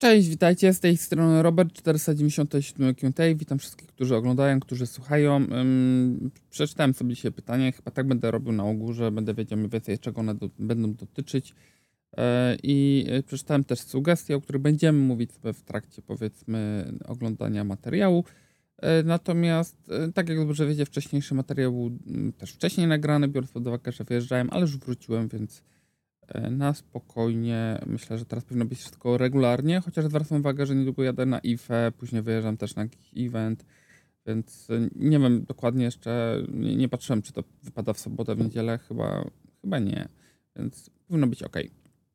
Cześć, witajcie, z tej strony Robert 497 Q&A. Witam wszystkich, którzy oglądają, którzy słuchają. Przeczytałem sobie dzisiaj pytanie, chyba tak będę robił na ogół, że będę wiedział mniej więcej, czego one będą dotyczyć. I przeczytałem też sugestie, o których będziemy mówić sobie w trakcie, powiedzmy, oglądania materiału. Natomiast, tak jak dobrze wiecie, wcześniejszy materiał był też wcześniej nagrany, biorąc pod uwagę, że wyjeżdżałem, ale już wróciłem, więc na spokojnie. Myślę, że teraz powinno być wszystko regularnie, chociaż zwracam uwagę, że niedługo jadę na IFE, później wyjeżdżam też na jakiś event, więc nie wiem dokładnie jeszcze, nie patrzyłem, czy to wypada w sobotę, w niedzielę, chyba nie, więc powinno być ok.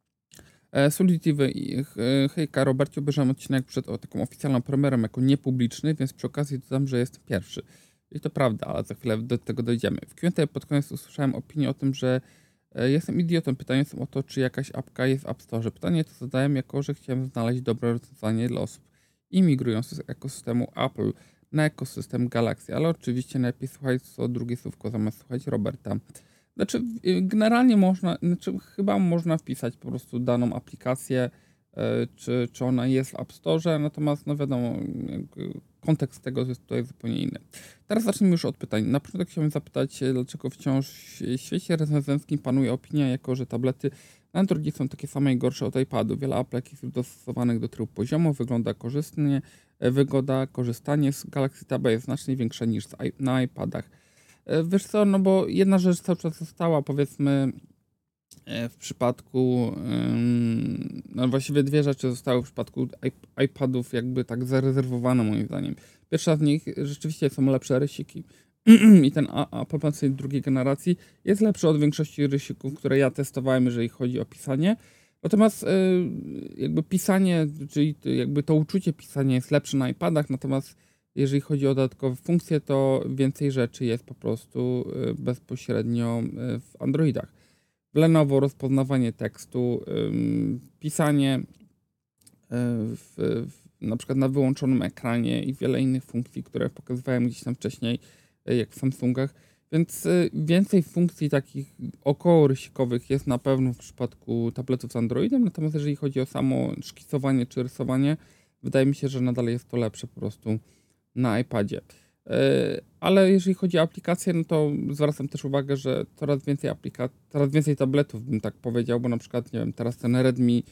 Solid TV, hejka Robercie, obejrzałem odcinek przed taką oficjalną premierą jako niepubliczny, więc przy okazji dodam, że jest pierwszy. I to prawda, ale za chwilę do tego dojdziemy. W Q&A pod koniec usłyszałem opinię o tym, że jestem idiotą. Pytanie jest o to, czy jakaś apka jest w App Store. Pytanie to zadałem jako, że chciałem znaleźć dobre rozwiązanie dla osób imigrujących z ekosystemu Apple na ekosystem Galaxy, ale oczywiście najlepiej słuchać co drugie słówko zamiast słuchać Roberta. Znaczy, generalnie chyba można wpisać po prostu daną aplikację, czy ona jest w App Store, natomiast no wiadomo, kontekst tego jest tutaj zupełnie inny. Teraz zacznijmy już od pytań. Na początek chciałbym zapytać, dlaczego wciąż w świecie recenzenckim panuje opinia, jako że tablety na Androidzie są takie same i gorsze od iPadu. Wiele apek jest dostosowanych do trybu poziomu, wygląda korzystnie, wygoda korzystania z Galaxy Tab jest znacznie większa niż na iPadach. Wiesz co, no bo jedna rzecz cały czas została, powiedzmy, w przypadku, no właściwie dwie rzeczy zostały w przypadku iPadów jakby tak zarezerwowane moim zdaniem. Pierwsza z nich rzeczywiście są lepsze rysiki i ten Apple Pencil drugiej generacji jest lepszy od większości rysików, które ja testowałem, jeżeli chodzi o pisanie. Natomiast jakby pisanie, czyli jakby to uczucie pisania jest lepsze na iPadach, natomiast jeżeli chodzi o dodatkowe funkcje, to więcej rzeczy jest po prostu bezpośrednio w Androidach. W Lenovo rozpoznawanie tekstu, pisanie na przykład na wyłączonym ekranie i wiele innych funkcji, które pokazywałem gdzieś tam wcześniej, jak w Samsungach. Więc więcej funkcji takich około rysikowych jest na pewno w przypadku tabletów z Androidem, natomiast jeżeli chodzi o samo szkicowanie czy rysowanie, wydaje mi się, że nadal jest to lepsze po prostu na iPadzie. Ale jeżeli chodzi o aplikacje, no to zwracam też uwagę, że coraz więcej tabletów, bym tak powiedział, bo na przykład, nie wiem, teraz ten Redmi,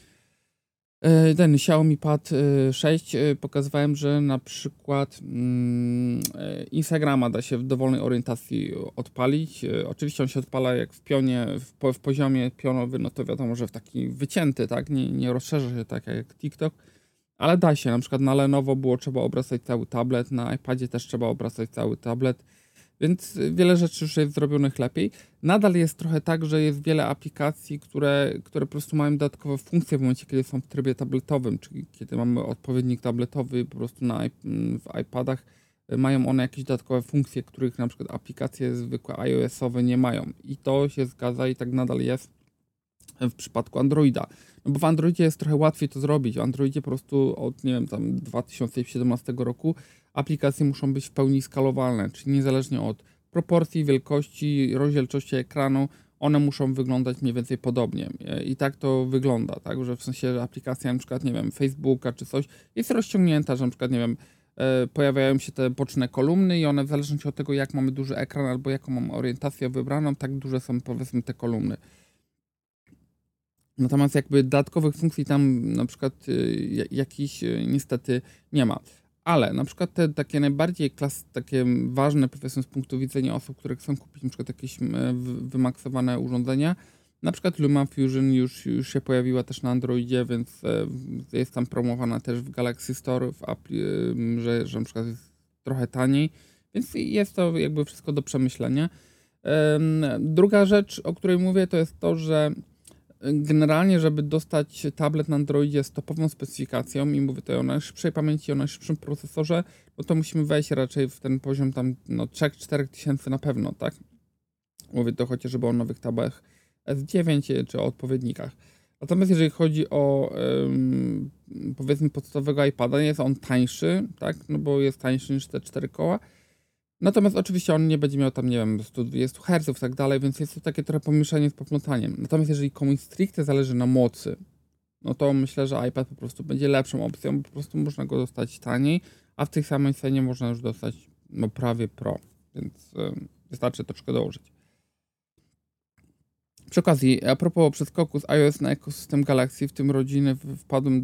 ten Xiaomi Pad 6 pokazywałem, że na przykład Instagrama da się w dowolnej orientacji odpalić. Oczywiście on się odpala jak w pionie, w poziomie pionowy, no to wiadomo, że w taki wycięty, tak, nie rozszerza się tak jak TikTok. Ale da się, na przykład na Lenovo trzeba obracać cały tablet, na iPadzie też trzeba obracać cały tablet, więc wiele rzeczy już jest zrobionych lepiej. Nadal jest trochę tak, że jest wiele aplikacji, które po prostu mają dodatkowe funkcje w momencie, kiedy są w trybie tabletowym, czyli kiedy mamy odpowiednik tabletowy po prostu w iPadach, mają one jakieś dodatkowe funkcje, których na przykład aplikacje zwykłe iOS-owe nie mają. I to się zgadza i tak nadal jest w przypadku Androida. No bo w Androidzie jest trochę łatwiej to zrobić. W Androidzie po prostu od, nie wiem, tam 2017 roku aplikacje muszą być w pełni skalowalne, czyli niezależnie od proporcji, wielkości, rozdzielczości ekranu, one muszą wyglądać mniej więcej podobnie. I tak to wygląda, tak, że w sensie, że aplikacja na przykład, nie wiem, Facebooka czy coś jest rozciągnięta, że na przykład, nie wiem, pojawiają się te boczne kolumny i one w zależności od tego, jak mamy duży ekran albo jaką mam orientację wybraną, tak duże są, powiedzmy, te kolumny. Natomiast jakby dodatkowych funkcji tam na przykład jakichś niestety nie ma. Ale na przykład te takie najbardziej takie ważne, powiedzmy, z punktu widzenia osób, które chcą kupić na przykład jakieś wymaksowane urządzenia, na przykład LumaFusion już się pojawiła też na Androidzie, więc jest tam promowana też w Galaxy Store, że na przykład jest trochę taniej, więc jest to jakby wszystko do przemyślenia. Druga rzecz, o której mówię, to jest to, że generalnie, żeby dostać tablet na Androidzie z topową specyfikacją i mówię tutaj o najszybszej pamięci, o najszybszym procesorze, no to musimy wejść raczej w ten poziom tam 3-4 tysięcy na pewno, tak? Mówię to chociażby o nowych tabach S9 czy o odpowiednikach. Natomiast jeżeli chodzi o powiedzmy podstawowego iPada, nie jest on tańszy, tak? No bo jest tańszy niż te 4 koła. Natomiast oczywiście on nie będzie miał tam, nie wiem, 120 Hz i tak dalej, więc jest to takie trochę pomieszanie z poplątaniem. Natomiast jeżeli komuś stricte zależy na mocy, no to myślę, że iPad po prostu będzie lepszą opcją, bo po prostu można go dostać taniej, a w tej samej cenie można już dostać no prawie Pro, więc wystarczy troszkę dołożyć. Przy okazji, a propos przeskoku z iOS na ekosystem Galaxy, w tym rodziny wpadłem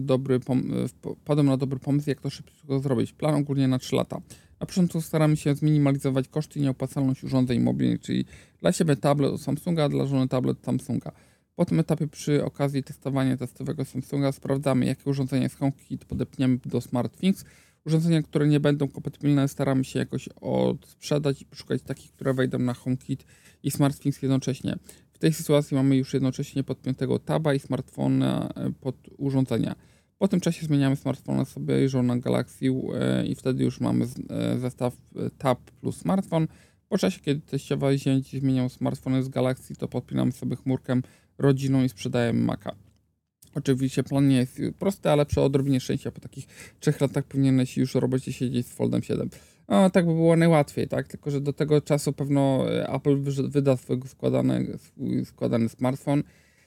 na dobry pomysł, jak to szybko zrobić. Plan ogólnie na 3 lata. Na początku staramy się zminimalizować koszty i nieopłacalność urządzeń mobilnych, czyli dla siebie tablet od Samsunga, dla żony tablet od Samsunga. Po tym etapie przy okazji testowania testowego Samsunga sprawdzamy, jakie urządzenia z HomeKit podepniemy do SmartThings. Urządzenia, które nie będą kompatybilne, staramy się jakoś odsprzedać i poszukać takich, które wejdą na HomeKit i SmartThings jednocześnie. W tej sytuacji mamy już jednocześnie podpiętego taba i smartfona pod urządzenia. Po tym czasie zmieniamy smartfona sobie na Galaxy i wtedy już mamy zestaw tab plus smartfon. Po czasie, kiedy teściowa zięć zmieniał smartfony z Galaxy, to podpinamy sobie chmurkę rodzinną i sprzedajemy Maca. Oczywiście plan nie jest prosty, ale przy odrobinie szczęścia po takich 3 latach powinieneś już robocie siedzieć z Foldem 7. No, tak by było najłatwiej, tak? Tylko że do tego czasu pewno Apple wyda swój składany smartfon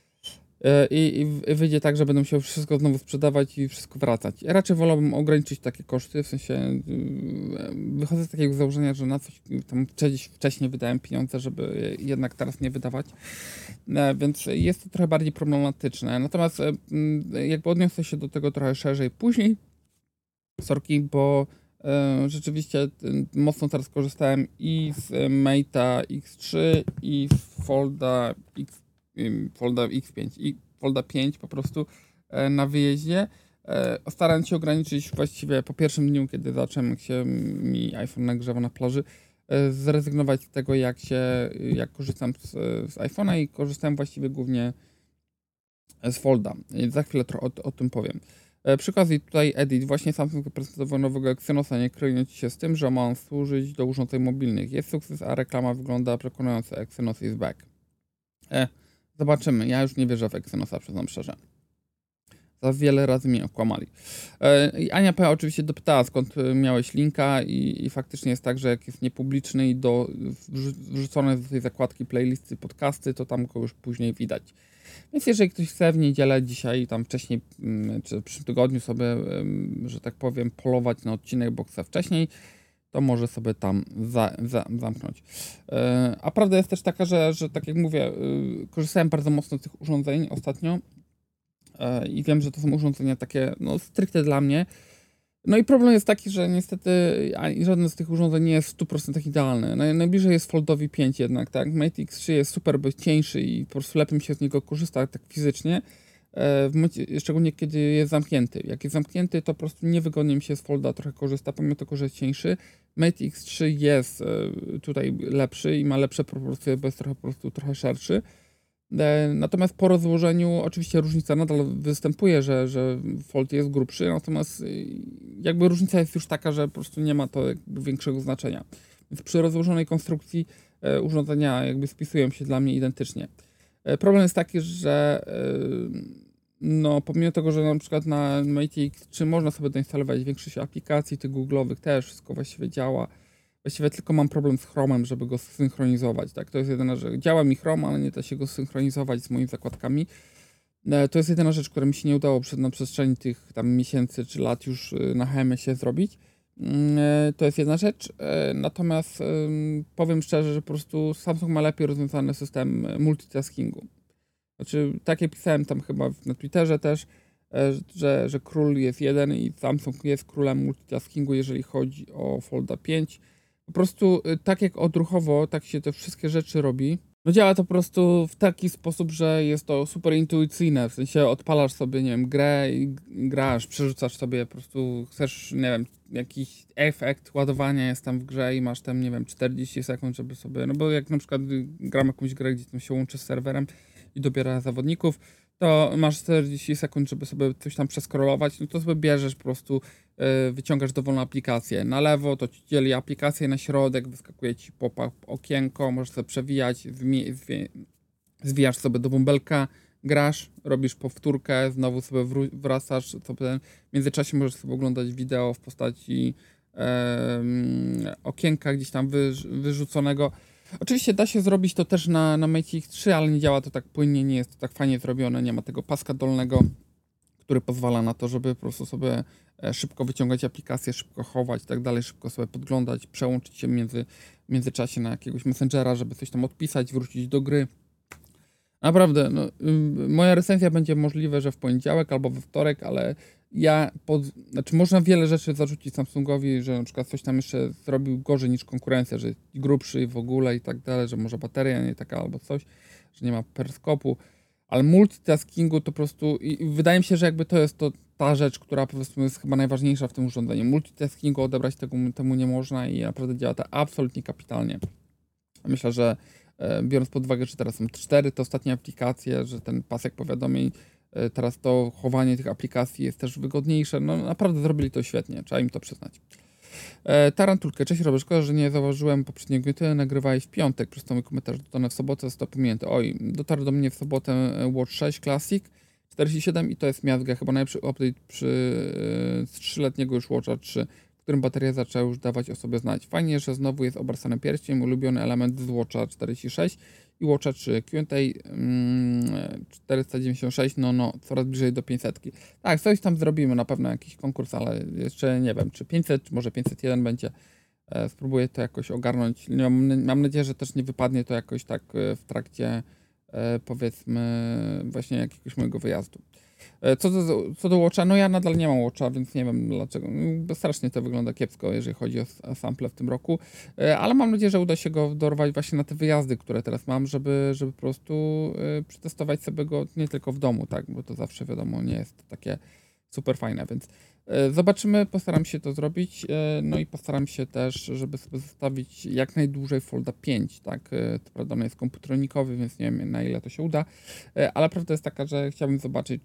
i wyjdzie tak, że będą musiał wszystko znowu sprzedawać i wszystko wracać. Ja raczej wolałbym ograniczyć takie koszty, w sensie wychodzę z takiego założenia, że na coś tam wcześniej wydałem pieniądze, żeby jednak teraz nie wydawać, więc jest to trochę bardziej problematyczne. Natomiast jakby odniosę się do tego trochę szerzej później, sorki, bo rzeczywiście mocno teraz korzystałem i z Mate'a X3 i z Folda X5 i Folda 5 po prostu na wyjeździe. Starałem się ograniczyć właściwie po pierwszym dniu, kiedy zacząłem, jak się mi iPhone nagrzewa na plaży, zrezygnować z tego, jak korzystam z iPhone'a i korzystałem właściwie głównie z Folda. I za chwilę o tym powiem. Przy okazji tutaj Edit, właśnie Samsung prezentował nowego Exynosa, nie kryjąc się z tym, że ma on służyć do urządzeń mobilnych. Jest sukces, a reklama wygląda przekonująco. Exynos is back. Zobaczymy. Ja już nie wierzę w Exynosa, przyznam szczerze. Za wiele razy mnie okłamali. I Ania P. oczywiście dopytała, skąd miałeś linka i faktycznie jest tak, że jak jest niepubliczny i wrzucone do tej zakładki playlisty podcasty, to tam go już później widać. Więc jeżeli ktoś chce w niedzielę dzisiaj, tam wcześniej, czy w przyszłym tygodniu sobie, że tak powiem, polować na odcinek, bo chce wcześniej, to może sobie tam zamknąć. A prawda jest też taka, że tak jak mówię, korzystałem bardzo mocno z tych urządzeń ostatnio i wiem, że to są urządzenia takie, no, stricte dla mnie. No i problem jest taki, że niestety żadne z tych urządzeń nie jest w 100% idealny. Najbliżej jest Foldowi 5 jednak, tak? Mate X3 jest super, bo jest cieńszy i po prostu lepiej mi się z niego korzysta tak fizycznie, szczególnie kiedy jest zamknięty. Jak jest zamknięty, to po prostu niewygodnie mi się z Folda trochę korzysta, pomimo tego, że jest cieńszy. Mate X3 jest tutaj lepszy i ma lepsze proporcje, bo jest po prostu trochę szerszy. Natomiast po rozłożeniu oczywiście różnica nadal występuje, że Fold jest grubszy, natomiast jakby różnica jest już taka, że po prostu nie ma to jakby większego znaczenia. Więc przy rozłożonej konstrukcji urządzenia jakby spisują się dla mnie identycznie. Problem jest taki, że no pomimo tego, że na przykład na Mate X3 można sobie doinstalować większość aplikacji, tych Google'owych też, wszystko właściwie działa. Właściwie tylko mam problem z Chromem, żeby go synchronizować, tak? To jest jedyna rzecz. Działa mi Chrome, ale nie da się go synchronizować z moimi zakładkami. To jest jedyna rzecz, która mi się nie udało na przestrzeni tych tam miesięcy czy lat już na HMS-ie zrobić. To jest jedna rzecz. Natomiast powiem szczerze, że po prostu Samsung ma lepiej rozwiązany system multitaskingu. Znaczy, tak jak pisałem tam chyba na Twitterze też, że król jest jeden i Samsung jest królem multitaskingu, jeżeli chodzi o Folda 5. Po prostu tak jak odruchowo, tak się te wszystkie rzeczy robi. No działa to po prostu w taki sposób, że jest to super intuicyjne. W sensie odpalasz sobie, nie wiem, grę i grasz, przerzucasz sobie, po prostu chcesz, nie wiem, jakiś efekt ładowania jest tam w grze i masz tam, nie wiem, 40 sekund, żeby sobie, no bo jak na przykład gram jakąś grę, gdzie tam się łączy z serwerem i dobiera zawodników, to masz 40 sekund, żeby sobie coś tam przeskrolować, no to sobie bierzesz po prostu, wyciągasz dowolną aplikację. Na lewo to ci dzieli aplikację, na środek wyskakuje ci pop-up okienko, możesz sobie przewijać, zwijasz sobie do bąbelka, grasz, robisz powtórkę, znowu sobie wracasz, sobie w międzyczasie możesz sobie oglądać wideo w postaci okienka gdzieś tam wyrzuconego. Oczywiście da się zrobić to też na Mate X3, ale nie działa to tak płynnie, nie jest to tak fajnie zrobione, nie ma tego paska dolnego, który pozwala na to, żeby po prostu sobie szybko wyciągać aplikacje, szybko chować i tak dalej, szybko sobie podglądać, przełączyć się w międzyczasie na jakiegoś messengera, żeby coś tam odpisać, wrócić do gry. Naprawdę, no, moja recenzja będzie możliwe, że w poniedziałek albo we wtorek, ale znaczy można wiele rzeczy zarzucić Samsungowi, że na przykład coś tam jeszcze zrobił gorzej niż konkurencja, że jest grubszy w ogóle i tak dalej, że może bateria nie taka albo coś, że nie ma periskopu, ale multitaskingu to po prostu i wydaje mi się, że jakby to jest ta rzecz, która powiedzmy jest chyba najważniejsza w tym urządzeniu. Multitaskingu odebrać temu nie można i naprawdę działa to absolutnie kapitalnie. Myślę, że biorąc pod uwagę, że teraz są 4 te ostatnie aplikacje, że ten pasek powiadomień, teraz to chowanie tych aplikacji jest też wygodniejsze. No naprawdę zrobili to świetnie, trzeba im to przyznać. Tarantulkę, cześć Robert, szkoda, że nie zauważyłem poprzedniego ty nagrywałeś w piątek, przez to mój komentarz dodany w sobotę, został pominięty. Oj, dotarł do mnie w sobotę Watch 6 Classic 47 i to jest miazga, chyba najlepszy update z 3-letniego już Watcha 3, w którym bateria zaczęła już dawać o sobie znać. Fajnie, że znowu jest obracany pierścień, ulubiony element z Watcha 46 i Watcha 3. Q&A 496, no, coraz bliżej do 500. Tak, coś tam zrobimy, na pewno jakiś konkurs, ale jeszcze nie wiem, czy 500, czy może 501 będzie. Spróbuję to jakoś ogarnąć. Mam nadzieję, że też nie wypadnie to jakoś tak w trakcie, powiedzmy, właśnie jakiegoś mojego wyjazdu. Co do Watcha, no ja nadal nie mam Watcha, więc nie wiem dlaczego. Strasznie to wygląda kiepsko, jeżeli chodzi o sample w tym roku, ale mam nadzieję, że uda się go dorwać właśnie na te wyjazdy, które teraz mam, żeby po prostu przetestować sobie go nie tylko w domu, tak, bo to zawsze wiadomo nie jest takie super fajne, więc zobaczymy, postaram się to zrobić, no i postaram się też, żeby sobie zostawić jak najdłużej Folda 5, tak, to prawda, on jest komputeronikowy, więc nie wiem na ile to się uda, ale prawda jest taka, że chciałbym zobaczyć,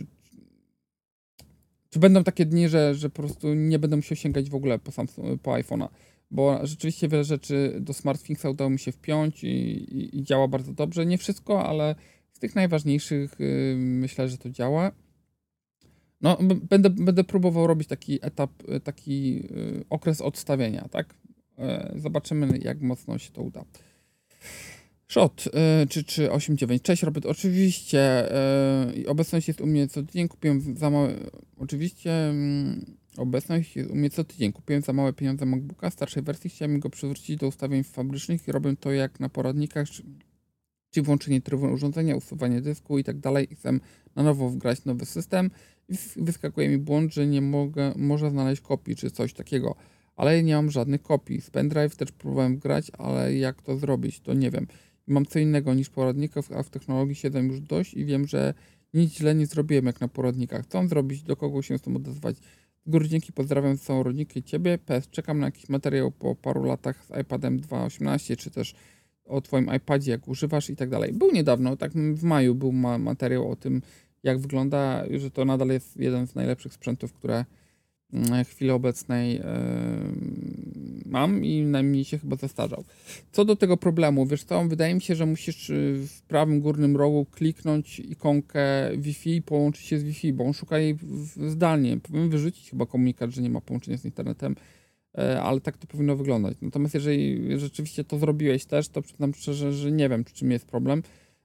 czy będą takie dni, że po prostu nie będę musiał sięgać w ogóle po iPhone'a, bo rzeczywiście wiele rzeczy do SmartThingsa udało mi się wpiąć i działa bardzo dobrze, nie wszystko, ale z tych najważniejszych myślę, że to działa. No, będę próbował robić taki etap, taki okres odstawienia, tak? Zobaczymy, jak mocno się to uda. Shot, czy 8.9. Cześć Robert, oczywiście obecność jest u mnie co tydzień, kupiłem za małe, oczywiście obecność jest u mnie co tydzień, kupiłem za małe pieniądze MacBooka starszej wersji, chciałem go przywrócić do ustawień fabrycznych i robię to jak na poradnikach, czyli włączenie trybu urządzenia, usuwanie dysku i tak dalej. Chcę na nowo wgrać nowy system i wyskakuje mi błąd, że nie można znaleźć kopii czy coś takiego, ale nie mam żadnych kopii. Z pendrive też próbowałem wgrać, ale jak to zrobić, to nie wiem. Mam co innego niż poradników, a w technologii siedzę już dość i wiem, że nic źle nie zrobiłem jak na poradnikach. Co mam zrobić, do kogo się z tym odezwać? Z góry dzięki, pozdrawiam całą rodzinkę i Ciebie. PS, czekam na jakiś materiał po paru latach z iPadem 2.18, czy też o Twoim iPadzie, jak używasz i tak dalej. Był niedawno, tak w maju był materiał o tym, jak wygląda, że to nadal jest jeden z najlepszych sprzętów, które w chwili obecnej mam i najmniej się chyba zestarzał. Co do tego problemu, wiesz co, wydaje mi się, że musisz w prawym górnym rogu kliknąć ikonkę Wi-Fi i połączyć się z Wi-Fi, bo on szuka jej zdalnie. Powinien wyrzucić chyba komunikat, że nie ma połączenia z internetem, ale tak to powinno wyglądać. Natomiast jeżeli rzeczywiście to zrobiłeś też, to przyznam szczerze, że nie wiem, czym jest problem.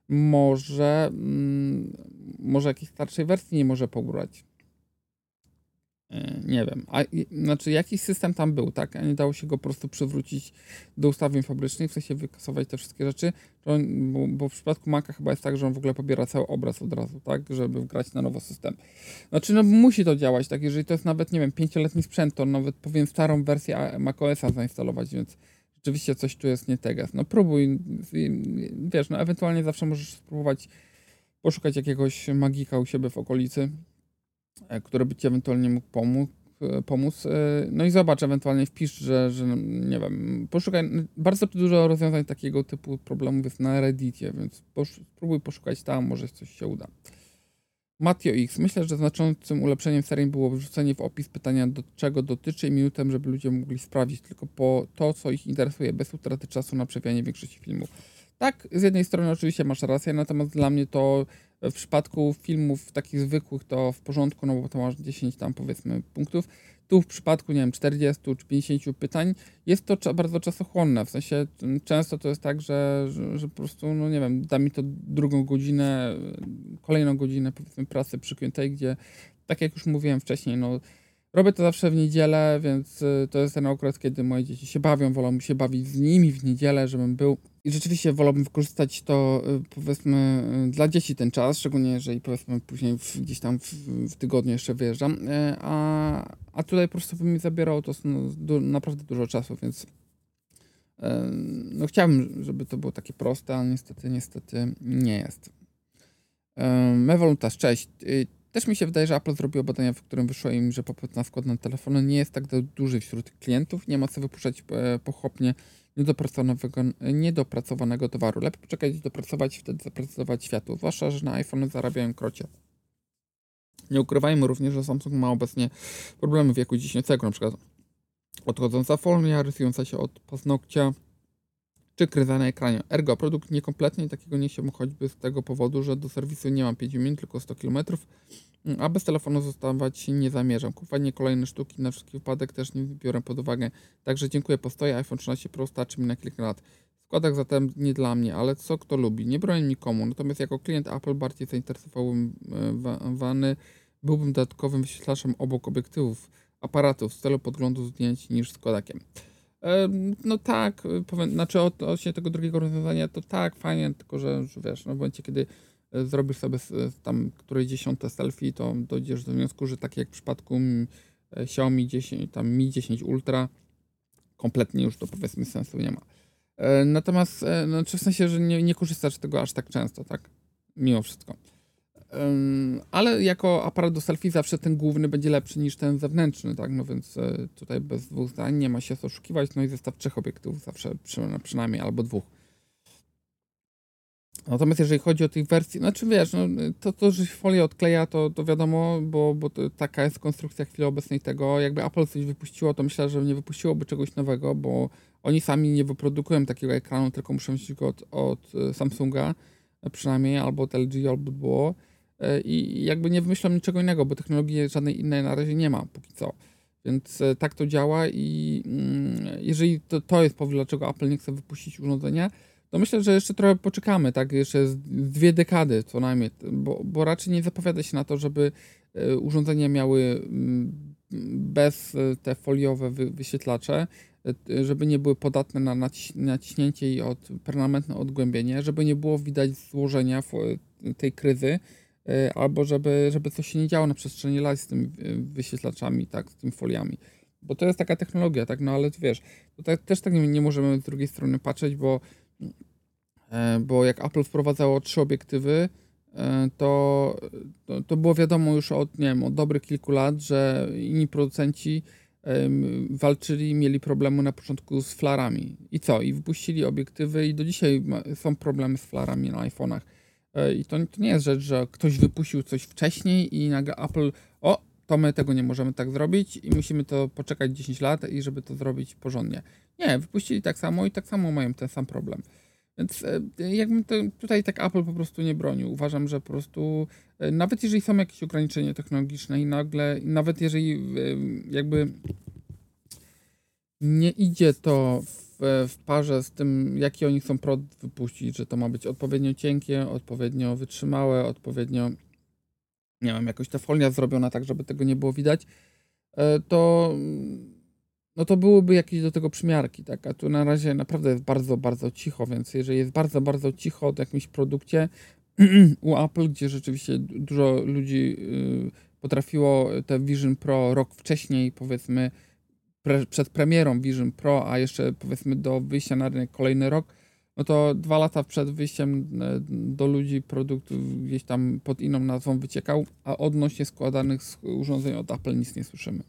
Może jakiejś starszej wersji nie może pobrać. Nie wiem. Znaczy jakiś system tam był, tak? A nie dało się go po prostu przywrócić do ustawień fabrycznych, w sensie wykasować te wszystkie rzeczy, bo w przypadku Maca chyba jest tak, że on w ogóle pobiera cały obraz od razu, tak? Żeby wgrać na nowo system. Znaczy, no musi to działać, tak? Jeżeli to jest nawet, nie wiem, 5-letni sprzęt, to nawet powinien starą wersję macOSa zainstalować, więc rzeczywiście coś tu jest nie teges. No próbuj, wiesz, no ewentualnie zawsze możesz spróbować poszukać jakiegoś magika u siebie w okolicy, który by ci ewentualnie mógł pomóc. No i zobacz, ewentualnie wpisz, że nie wiem, poszukaj, bardzo dużo rozwiązań takiego typu problemów jest na Reddicie, więc spróbuj poszukać tam, może coś się uda. Matio X. Myślę, że znaczącym ulepszeniem serii było wrzucenie w opis pytania, do czego dotyczy i minutem, żeby ludzie mogli sprawdzić tylko po to, co ich interesuje, bez utraty czasu na przewijanie większości filmów. Tak, z jednej strony oczywiście masz rację, natomiast dla mnie to W przypadku filmów takich zwykłych to w porządku, no bo to masz 10 tam powiedzmy punktów. Tu w przypadku, nie wiem, 40 czy 50 pytań jest to bardzo czasochłonne. W sensie często to jest tak, że po prostu, no nie wiem, da mi to drugą godzinę, kolejną godzinę powiedzmy pracy przy Q&A, gdzie tak jak już mówiłem wcześniej, no robię to zawsze w niedzielę, więc to jest ten okres, kiedy moje dzieci się bawią, wolą się bawić z nimi w niedzielę, żebym był. I rzeczywiście wolałbym wykorzystać to, powiedzmy, dla dzieci ten czas, szczególnie jeżeli, powiedzmy, później gdzieś tam w tygodniu jeszcze wyjeżdżam, a tutaj po prostu by mi zabierało to naprawdę dużo czasu, więc no chciałbym, żeby to było takie proste, ale niestety nie jest. Mewolutas, cześć. Też mi się wydaje, że Apple zrobiło badania, w którym wyszło im, że popyt na składane telefony nie jest tak duży wśród klientów. Nie ma co wypuszczać pochopnie niedopracowanego towaru. Lepiej poczekać, dopracować, wtedy zaprezentować światu. Zwłaszcza, że na iPhone zarabiają krocie. Nie ukrywajmy również, że Samsung ma obecnie problemy wieku dziecięcego, na przykład odchodząca folia, rysująca się od paznokcia, czy kryza na ekranie. Ergo, produkt niekompletny i takiego nie chciałbym choćby z tego powodu, że do serwisu nie mam 5 minut, tylko 100 km, a bez telefonu zostawać nie zamierzam. Kupowanie kolejne sztuki na wszelki wypadek też nie biorę pod uwagę. Także dziękuję, postoję. iPhone 13 Pro starczy mi na kilka lat. Składak zatem nie dla mnie, ale co kto lubi. Nie bronię nikomu, natomiast jako klient Apple bardziej zainteresowałbym byłbym dodatkowym wyświetlaczem obok obiektywów aparatów w celu podglądu zdjęć niż składakiem. No tak, znaczy odnośnie tego drugiego rozwiązania to tak, fajnie, tylko że wiesz, no w momencie kiedy zrobisz sobie tam któreś 10 selfie, to dojdziesz do wniosku, że tak jak w przypadku Xiaomi 10, tam Mi 10 Ultra, kompletnie już to powiedzmy sensu nie ma. Natomiast, no, w sensie, że nie korzystasz z tego aż tak często, tak? Mimo wszystko. Ale jako aparat do selfie zawsze ten główny będzie lepszy niż ten zewnętrzny, tak? No więc tutaj bez dwóch zdań nie ma się co oszukiwać, no i zestaw 3 obiektywów zawsze przynajmniej albo 2. Natomiast jeżeli chodzi o tych wersji, znaczy wiesz, no, to że się folia odkleja, to wiadomo, bo taka jest konstrukcja w chwili obecnej tego. Jakby Apple coś wypuściło, to myślę, że nie wypuściłoby czegoś nowego, bo oni sami nie wyprodukują takiego ekranu, tylko muszą wziąć go od Samsunga przynajmniej, albo od LG, albo było. I jakby nie wymyślą niczego innego, bo technologii żadnej innej na razie nie ma póki co. Więc tak to działa i jeżeli to jest powód, dlaczego Apple nie chce wypuścić urządzenia, to myślę, że jeszcze trochę poczekamy, tak? Jeszcze z 2 dekady co najmniej, bo raczej nie zapowiada się na to, żeby urządzenia miały bez te foliowe wyświetlacze, żeby nie były podatne na naciśnięcie i permanentne odgłębienie, żeby nie było widać złożenia tej kryzy, albo żeby coś się nie działo na przestrzeni lat z tymi wyświetlaczami, tak, z tymi foliami. Bo to jest taka technologia, tak, no ale też tak nie możemy z drugiej strony patrzeć, bo jak Apple wprowadzało 3 obiektywy, to było wiadomo już od, nie wiem, od dobrych kilku lat, że inni producenci walczyli, mieli problemy na początku z flarami. I co? I wypuścili obiektywy i do dzisiaj są problemy z flarami na iPhone'ach. I to nie jest rzecz, że ktoś wypuścił coś wcześniej i nagle Apple, to my tego nie możemy tak zrobić i musimy to poczekać 10 lat i żeby to zrobić porządnie. Nie, wypuścili tak samo i tak samo mają ten sam problem. Więc jakbym tutaj tak Apple po prostu nie bronił. Uważam, że po prostu nawet jeżeli są jakieś ograniczenia technologiczne i nawet jeżeli jakby nie idzie to w parze z tym, jaki oni chcą produkt wypuścić, że to ma być odpowiednio cienkie, odpowiednio wytrzymałe, odpowiednio, nie wiem, jakoś ta folia zrobiona tak, żeby tego nie było widać, to byłyby jakieś do tego przymiarki, tak? A tu na razie naprawdę jest bardzo, bardzo cicho, więc jeżeli jest bardzo, bardzo cicho o jakimś produkcie u Apple, gdzie rzeczywiście dużo ludzi potrafiło te Vision Pro rok wcześniej, powiedzmy, przed premierą Vision Pro, a jeszcze powiedzmy do wyjścia na rynek kolejny rok, no to 2 lata przed wyjściem do ludzi produkt gdzieś tam pod inną nazwą wyciekał, a odnośnie składanych urządzeń od Apple nic nie słyszymy.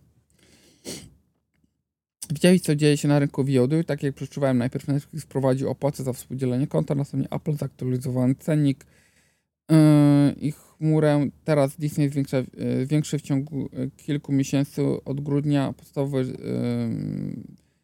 Widziałeś, co dzieje się na rynku VOD? Tak jak przeczuwałem, najpierw Netflix wprowadził opłatę za współdzielenie konta, następnie Apple zaktualizowany cennik i chmurę. Teraz Disney jest większy w ciągu kilku miesięcy. Od grudnia podstawowy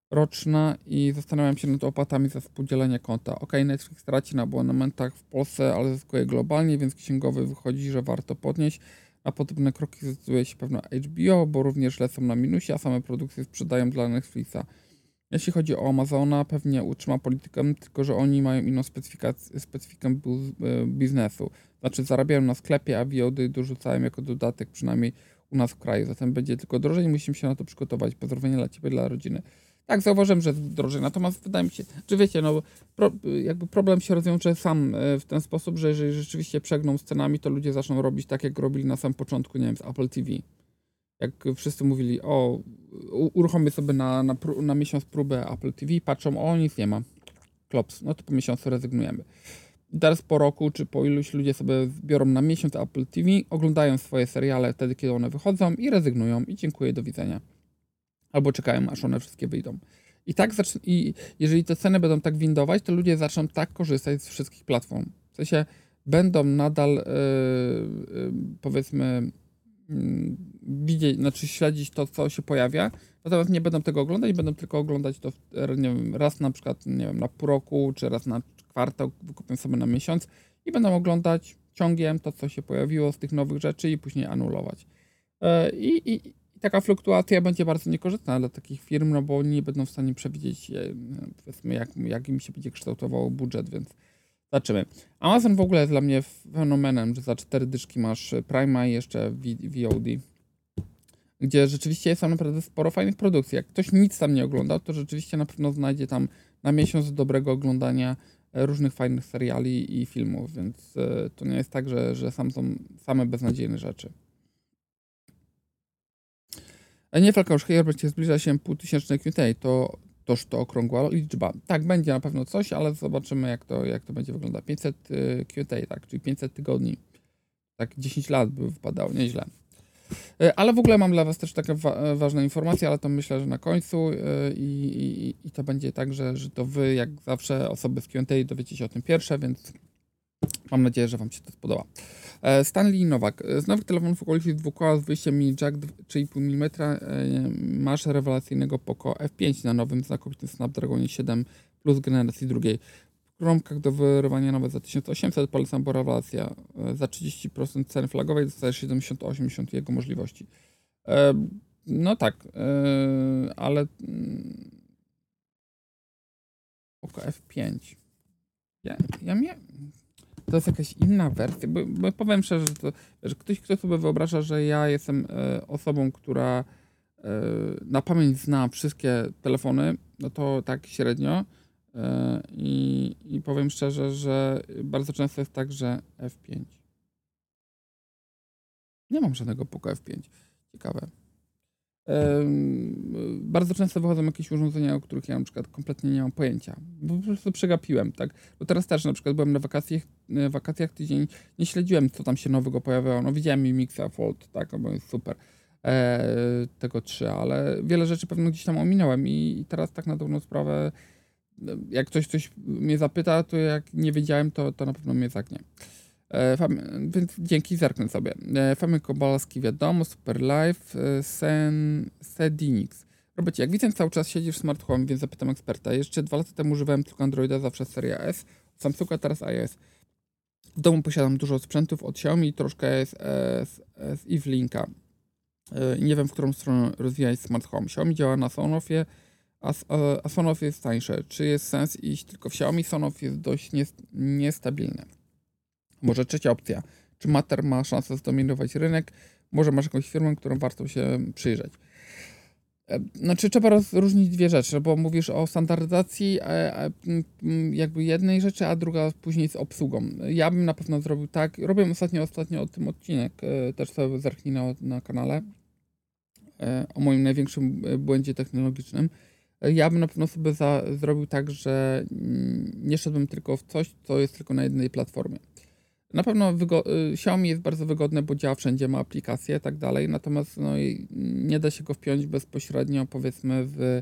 roczna i zastanawiam się nad opłatami za współdzielenie konta. Ok, Netflix traci na abonamentach w Polsce, ale zyskuje globalnie, więc księgowy wychodzi, że warto podnieść. Na podobne kroki zdecyduje się pewno HBO, bo również lecą na minusie, a same produkcje sprzedają dla Netflixa. Jeśli chodzi o Amazona, pewnie utrzyma politykę, tylko że oni mają inną specyfikę biznesu. Znaczy zarabiają na sklepie, a VOD dorzucają jako dodatek, przynajmniej u nas w kraju. Zatem będzie tylko drożej, musimy się na to przygotować. Pozdrowienia dla Ciebie, dla rodziny. Tak, zauważyłem, że jest drożej, natomiast wydaje mi się, że wiecie, no jakby problem się rozwiąże sam w ten sposób, że jeżeli rzeczywiście przegną z cenami, to ludzie zaczną robić tak, jak robili na samym początku, nie wiem, z Apple TV. Jak wszyscy mówili, o, uruchomię sobie na miesiąc próbę Apple TV, patrzą, o, nic nie ma. Klops, no to po miesiącu rezygnujemy. I teraz po roku, czy po iluś ludzie sobie biorą na miesiąc Apple TV, oglądają swoje seriale wtedy, kiedy one wychodzą i rezygnują i dziękuję, do widzenia. Albo czekają, aż one wszystkie wyjdą. I tak i jeżeli te ceny będą tak windować, to ludzie zaczną tak korzystać z wszystkich platform. W sensie będą nadal, powiedzmy, widzieć, znaczy śledzić to, co się pojawia, natomiast nie będą tego oglądać, będą tylko oglądać to, nie wiem, raz na przykład, nie wiem, na pół roku, czy raz na kwartał, wykupią sobie na miesiąc i będą oglądać ciągiem to, co się pojawiło z tych nowych rzeczy i później anulować. I taka fluktuacja będzie bardzo niekorzystna dla takich firm, no bo oni nie będą w stanie przewidzieć, powiedzmy, jak im się będzie kształtował budżet, więc zobaczymy. Amazon w ogóle jest dla mnie fenomenem, że za 4 dyszki masz Prima i jeszcze VOD, gdzie rzeczywiście jest tam naprawdę sporo fajnych produkcji. Jak ktoś nic tam nie oglądał, to rzeczywiście na pewno znajdzie tam na miesiąc dobrego oglądania różnych fajnych seriali i filmów, więc to nie jest tak, że są same beznadziejne rzeczy. Nie, Falkausz, Herbert, zbliża się 5000 QT, toż to okrągła liczba. Tak, będzie na pewno coś, ale zobaczymy, jak to będzie wyglądać. 500 QT, tak, czyli 500 tygodni. Tak 10 lat by wypadało, nieźle. Ale w ogóle mam dla Was też takie ważne informacje, ale to myślę, że na końcu i to będzie tak, że to Wy, jak zawsze, osoby z Q&A dowiecie się o tym pierwsze, więc mam nadzieję, że Wam się to spodoba. Stanley Nowak. Z nowych telefonów okolicy 2 koła z wyjściem mini jack 3,5 mm masz rewelacyjnego Poco F5 na nowym znakomitym Snapdragonie 7 Plus generacji drugiej. W kromkach do wyrywania nawet za 1800 polecam, bo rewelacja. Za 30% ceny flagowej dostajesz 70-80 jego możliwości. No tak, ale Poco F5. Ja miałem... To jest jakaś inna wersja, bo powiem szczerze, że ktoś, kto sobie wyobraża, że ja jestem osobą, która na pamięć zna wszystkie telefony, no to tak średnio. I powiem szczerze, że bardzo często jest tak, że F5. Nie mam żadnego Poco F5. Ciekawe. Bardzo często wychodzą jakieś urządzenia, o których ja na przykład kompletnie nie mam pojęcia, bo po prostu przegapiłem, tak? Bo teraz też na przykład byłem na wakacjach tydzień, nie śledziłem, co tam się nowego pojawiało. No widziałem mi Mixa Fold, tak, bo jest super. Tego 3, ale wiele rzeczy pewno gdzieś tam ominąłem i teraz tak na dobrą sprawę, jak ktoś coś mnie zapyta, to jak nie wiedziałem, to na pewno mnie zagnie. Więc dzięki, zerknę sobie. Fabian Kobalski, wiadomo, Super Life, Sedinix. Robercie, jak widzę, cały czas siedzisz w smart home, więc zapytam eksperta. Jeszcze 2 lata temu używałem tylko Androida, zawsze seria S, Samsunga, teraz iOS. W domu posiadam dużo sprzętów od Xiaomi i troszkę z Evelinka. Nie wiem, w którą stronę rozwijać smart home. Xiaomi działa na Sonoffie, a Sonoff jest tańsze. Czy jest sens iść tylko w Xiaomi? Sonoff jest dość niestabilny. Może trzecia opcja. Czy Matter ma szansę zdominować rynek? Może masz jakąś firmę, którą warto się przyjrzeć. Znaczy trzeba rozróżnić dwie rzeczy, bo mówisz o standaryzacji jakby jednej rzeczy, a druga później z obsługą. Ja bym na pewno zrobił tak. Robiłem ostatnio o tym odcinek, też sobie zerknij na kanale, o moim największym błędzie technologicznym. Ja bym na pewno sobie zrobił tak, że nie szedłbym tylko w coś, co jest tylko na jednej platformie. Na pewno Xiaomi jest bardzo wygodne, bo działa wszędzie, ma aplikacje i tak dalej, natomiast no, nie da się go wpiąć bezpośrednio, powiedzmy, w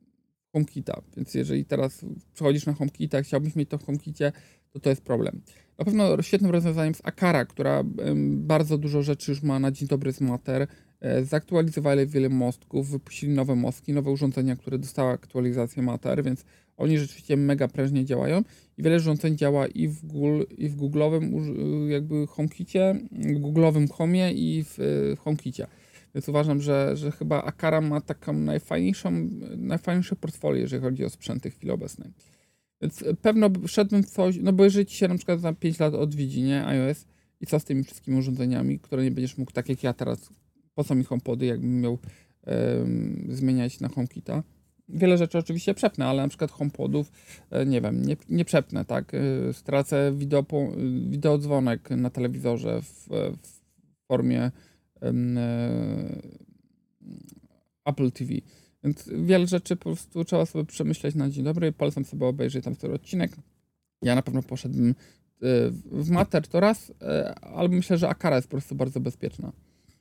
HomeKita. Więc jeżeli teraz przechodzisz na HomeKita, chciałbyś mieć to w HomeKicie, to jest problem. Na pewno świetnym rozwiązaniem jest Aqara, która bardzo dużo rzeczy już ma na dzień dobry z Matter. Zaktualizowali wiele mostków, wypuścili nowe mostki, nowe urządzenia, które dostały aktualizację Matter, więc oni rzeczywiście mega prężnie działają i wiele urządzeń działa i w Google'owym jakby HomeKicie, Google'owym Home'ie i w HomeKicie. Więc uważam, że chyba Aqara ma taką najfajniejsze portfolio, jeżeli chodzi o sprzęty w chwili obecnej. Więc pewno szedłbym w coś, no bo jeżeli ci się na przykład za 5 lat odwiedzi, nie, iOS i co z tymi wszystkimi urządzeniami, które nie będziesz mógł, tak jak ja teraz, po co mi HomePody, jakbym miał zmieniać na HomeKita. Wiele rzeczy oczywiście przepnę, ale na przykład HomePodów, nie wiem, nie przepnę, tak, stracę wideodzwonek na telewizorze w formie Apple TV. Więc wiele rzeczy po prostu trzeba sobie przemyśleć na dzień dobry. Polecam sobie obejrzeć tam ten odcinek. Ja na pewno poszedłbym w Matter to raz, ale myślę, że Aqara jest po prostu bardzo bezpieczna.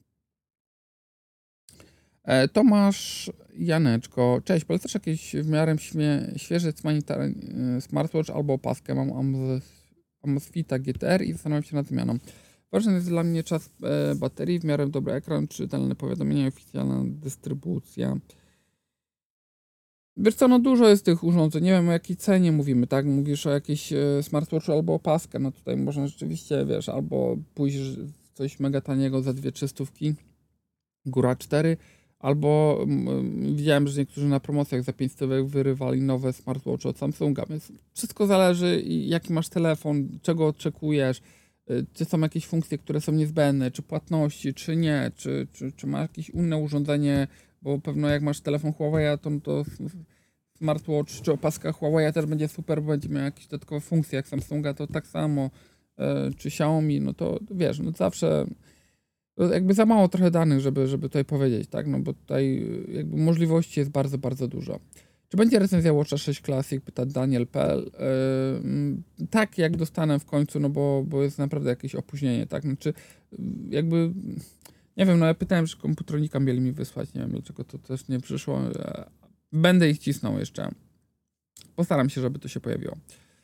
Tomasz Janeczko. Cześć, polecasz jakiś w miarę świeży smartwatch albo opaskę? Mam Amazfita GTR i zastanawiam się nad zmianą. Ważny jest dla mnie czas baterii, w miarę dobry ekran, czytelne powiadomienia i oficjalna dystrybucja. Wiesz co, no dużo jest tych urządzeń, nie wiem o jakiej cenie mówimy, tak? Mówisz o jakiejś smartwatchu albo opaskę, no tutaj można rzeczywiście, wiesz, albo pójść coś mega taniego za 2-3 stówki, góra 4, albo widziałem, że niektórzy na promocjach za 5 stówek wyrywali nowe smartwatche od Samsunga, więc wszystko zależy jaki masz telefon, czego oczekujesz, czy są jakieś funkcje, które są niezbędne, czy płatności, czy nie, czy masz jakieś inne urządzenie, bo pewno jak masz telefon Huawei, to smartwatch czy opaska Huawei też będzie super, bo będzie miał jakieś dodatkowe funkcje jak Samsunga, to tak samo, czy Xiaomi, no to wiesz, no zawsze jakby za mało trochę danych, żeby tutaj powiedzieć, tak, no bo tutaj jakby możliwości jest bardzo, bardzo dużo. Czy będzie recenzja Watcha 6 Classic? Pyta Daniel.pl. Tak, jak dostanę w końcu, no bo jest naprawdę jakieś opóźnienie, tak, znaczy jakby, nie wiem, no ja pytałem, czy komputronika mieli mi wysłać, nie wiem dlaczego to też nie przyszło, będę ich cisnął jeszcze. Postaram się, żeby to się pojawiło.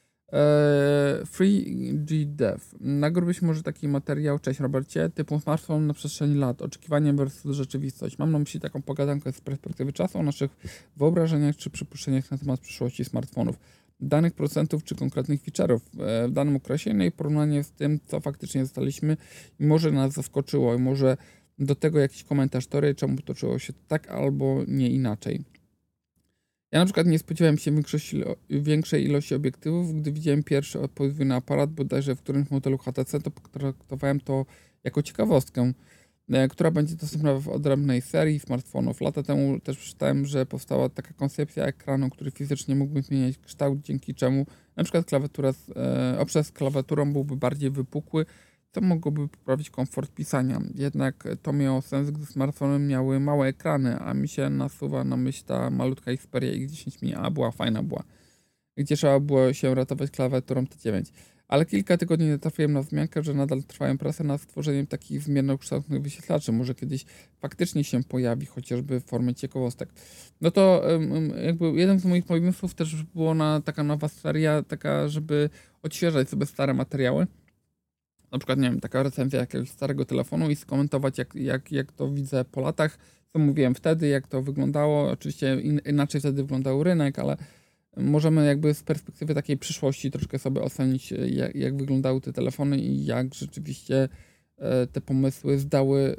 FreeGDev. Nagrałbyś może taki materiał, cześć Robercie, typu smartfon na przestrzeni lat, oczekiwanie versus rzeczywistość. Mam na myśli taką pogadankę z perspektywy czasu o naszych wyobrażeniach czy przypuszczeniach na temat przyszłości smartfonów, danych procentów czy konkretnych feature'ów w danym okresie, no i porównanie z tym, co faktycznie dostaliśmy i może nas zaskoczyło i może do tego jakiś komentarz tory, czemu toczyło się tak albo nie inaczej. Ja na przykład nie spodziewałem się większej ilości obiektywów, gdy widziałem pierwszy podwójny aparat, bodajże w którymś modelu HTC, to potraktowałem to jako ciekawostkę, która będzie dostępna w odrębnej serii smartfonów. Lata temu też przeczytałem, że powstała taka koncepcja ekranu, który fizycznie mógłby zmieniać kształt, dzięki czemu na przykład obszar z klawiaturą byłby bardziej wypukły, co mogłoby poprawić komfort pisania. Jednak to miało sens, gdy smartfony miały małe ekrany, a mi się nasuwa na myśl ta malutka Xperia X10 Mini, a była fajna, gdzie trzeba było się ratować klawiaturą T9. Ale kilka tygodni natrafiłem na wzmiankę, że nadal trwają prace nad stworzeniem takich zmiennokształtnych wyświetlaczy. Może kiedyś faktycznie się pojawi, chociażby w formie ciekawostek. No to jakby jeden z moich pomysłów też było na taka nowa seria, taka, żeby odświeżać sobie stare materiały. Na przykład, nie wiem, taka recenzja jakiegoś starego telefonu i skomentować, jak to widzę po latach, co mówiłem wtedy, jak to wyglądało. Oczywiście inaczej wtedy wyglądał rynek, ale możemy jakby z perspektywy takiej przyszłości troszkę sobie ocenić, jak wyglądały te telefony i jak rzeczywiście te pomysły zdały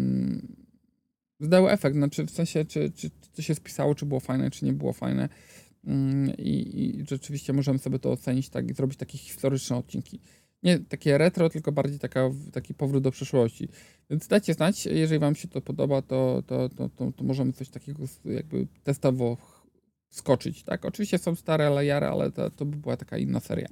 efekt. Znaczy w sensie, czy to się spisało, czy było fajne, czy nie było fajne. I rzeczywiście możemy sobie to ocenić tak i zrobić takie historyczne odcinki. Nie takie retro, tylko bardziej taki powrót do przeszłości. Więc dajcie znać, jeżeli wam się to podoba, to możemy coś takiego jakby testowo skoczyć, tak? Oczywiście są stare lejary, ale to by była taka inna seria.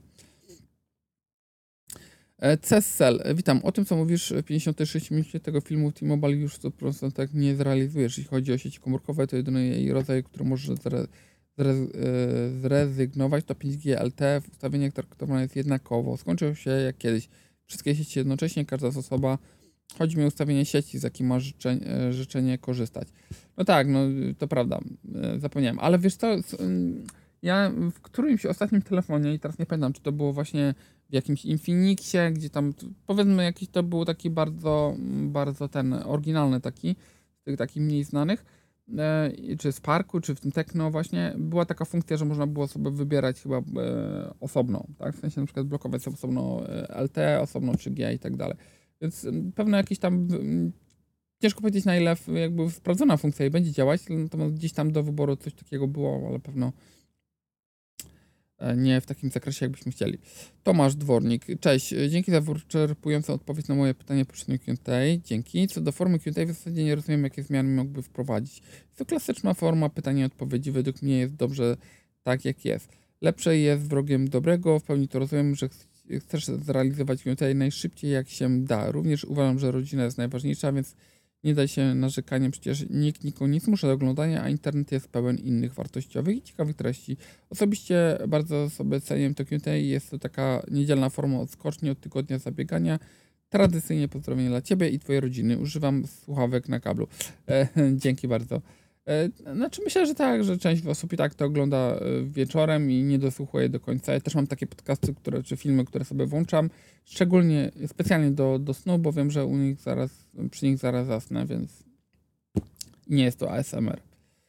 Cessel, witam. O tym, co mówisz w 56 minucie tego filmu, T-Mobile już w 100% nie zrealizujesz. Jeśli chodzi o sieci komórkowe, to jedyny jej rodzaj, który może zrezygnować, to 5G LTE. W ustawieniach traktowane jest jednakowo. Skończył się jak kiedyś. Wszystkie sieci jednocześnie, każda osoba. Chodzi mi o ustawienie sieci, z jakim ma życzenie korzystać. No tak, no to prawda. Zapomniałem. Ale wiesz co, Ja w którymś ostatnim telefonie, i teraz nie pamiętam, czy to było właśnie w jakimś Infinixie, gdzie tam, powiedzmy, jakiś to był taki bardzo ten oryginalny taki, z tych takich mniej znanych, czy z Parku, czy w tym Tecno właśnie, była taka funkcja, że można było sobie wybierać chyba osobno, tak? W sensie na przykład blokować sobie osobno LTE, osobno 3G i tak dalej. Więc pewno jakiś tam, ciężko powiedzieć na ile jakby sprawdzona funkcja i będzie działać, natomiast gdzieś tam do wyboru coś takiego było, ale pewno nie w takim zakresie, jakbyśmy chcieli. Tomasz Dwornik, cześć. Dzięki za wyczerpującą odpowiedź na moje pytanie poprzednim Q&A. Dzięki. Co do formy Q&A, w zasadzie nie rozumiem, jakie zmiany mógłby wprowadzić. Jest to klasyczna forma pytania i odpowiedzi. Według mnie jest dobrze tak, jak jest. Lepsze jest wrogiem dobrego. W pełni to rozumiem, że chcesz zrealizować Q&A najszybciej, jak się da. Również uważam, że rodzina jest najważniejsza, więc nie daj się narzekaniem, przecież nikt nikogo nie zmusza do oglądania, a internet jest pełen innych wartościowych i ciekawych treści. Osobiście bardzo sobie cenię to Q&A i jest to taka niedzielna forma odskoczni od tygodnia zabiegania. Tradycyjnie pozdrowienie dla Ciebie i Twojej rodziny. Używam słuchawek na kablu. Dzięki bardzo. Znaczy myślę, że tak, że część osób i tak to ogląda wieczorem i nie dosłuchuje do końca. Ja też mam takie podcasty, czy filmy, które sobie włączam, szczególnie specjalnie do snu, bo wiem, że przy nich zaraz zasnę, więc nie jest to ASMR.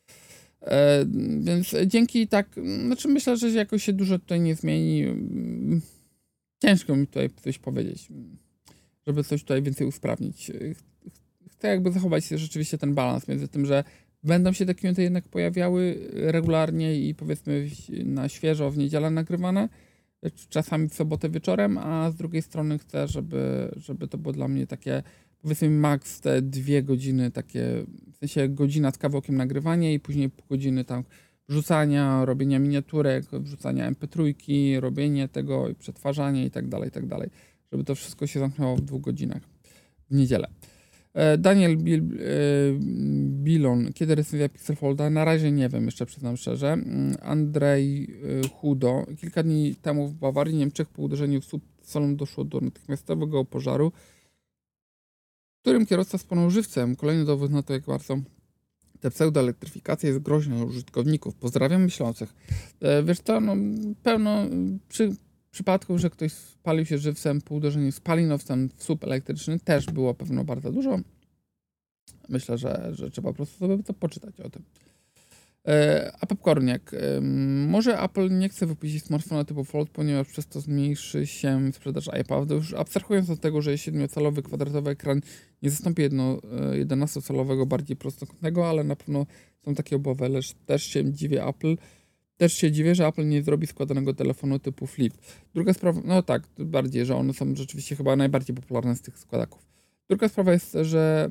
Więc dzięki tak, znaczy myślę, że jakoś się dużo tutaj nie zmieni. Ciężko mi tutaj coś powiedzieć, żeby coś tutaj więcej usprawnić. Chcę jakby zachować rzeczywiście ten balans między tym, że będą się te Q&A jednak pojawiały regularnie i powiedzmy na świeżo w niedzielę nagrywane, czasami w sobotę wieczorem, a z drugiej strony chcę, żeby to było dla mnie takie, powiedzmy max te 2 godziny, takie, w sensie godzina z kawałkiem nagrywania i później pół godziny tam wrzucania, robienia miniaturek, wrzucania MP3, robienie tego i przetwarzanie i tak dalej, żeby to wszystko się zamknęło w 2 godzinach w niedzielę. Daniel Bilon, kiedy recenzja Pixel Folda? Na razie nie wiem, jeszcze przyznam szczerze. Andrzej Hudo, kilka dni temu w Bawarii, Niemczech, po uderzeniu w słup salonu doszło do natychmiastowego pożaru, w którym kierowca spłonął żywcem. Kolejny dowód na to, jak bardzo ta pseudoelektryfikacja jest groźna dla użytkowników. Pozdrawiam myślących. Wiesz co, no, pełno przypadków, że ktoś spalił się żywcem po uderzeniu spalinowcem w słup elektryczny, też było pewno bardzo dużo. Myślę, że trzeba po prostu sobie to poczytać o tym. A Popcorniak. Może Apple nie chce wypuścić smartfona typu Fold, ponieważ przez to zmniejszy się sprzedaż iPada. Już abstrahując od tego, że 7-calowy kwadratowy ekran nie zastąpi 11-calowego bardziej prostokątnego, ale na pewno są takie obawy, lecz też się dziwię, że Apple nie zrobi składanego telefonu typu Flip. Druga sprawa, no tak, bardziej, że one są rzeczywiście chyba najbardziej popularne z tych składaków. Druga sprawa jest, że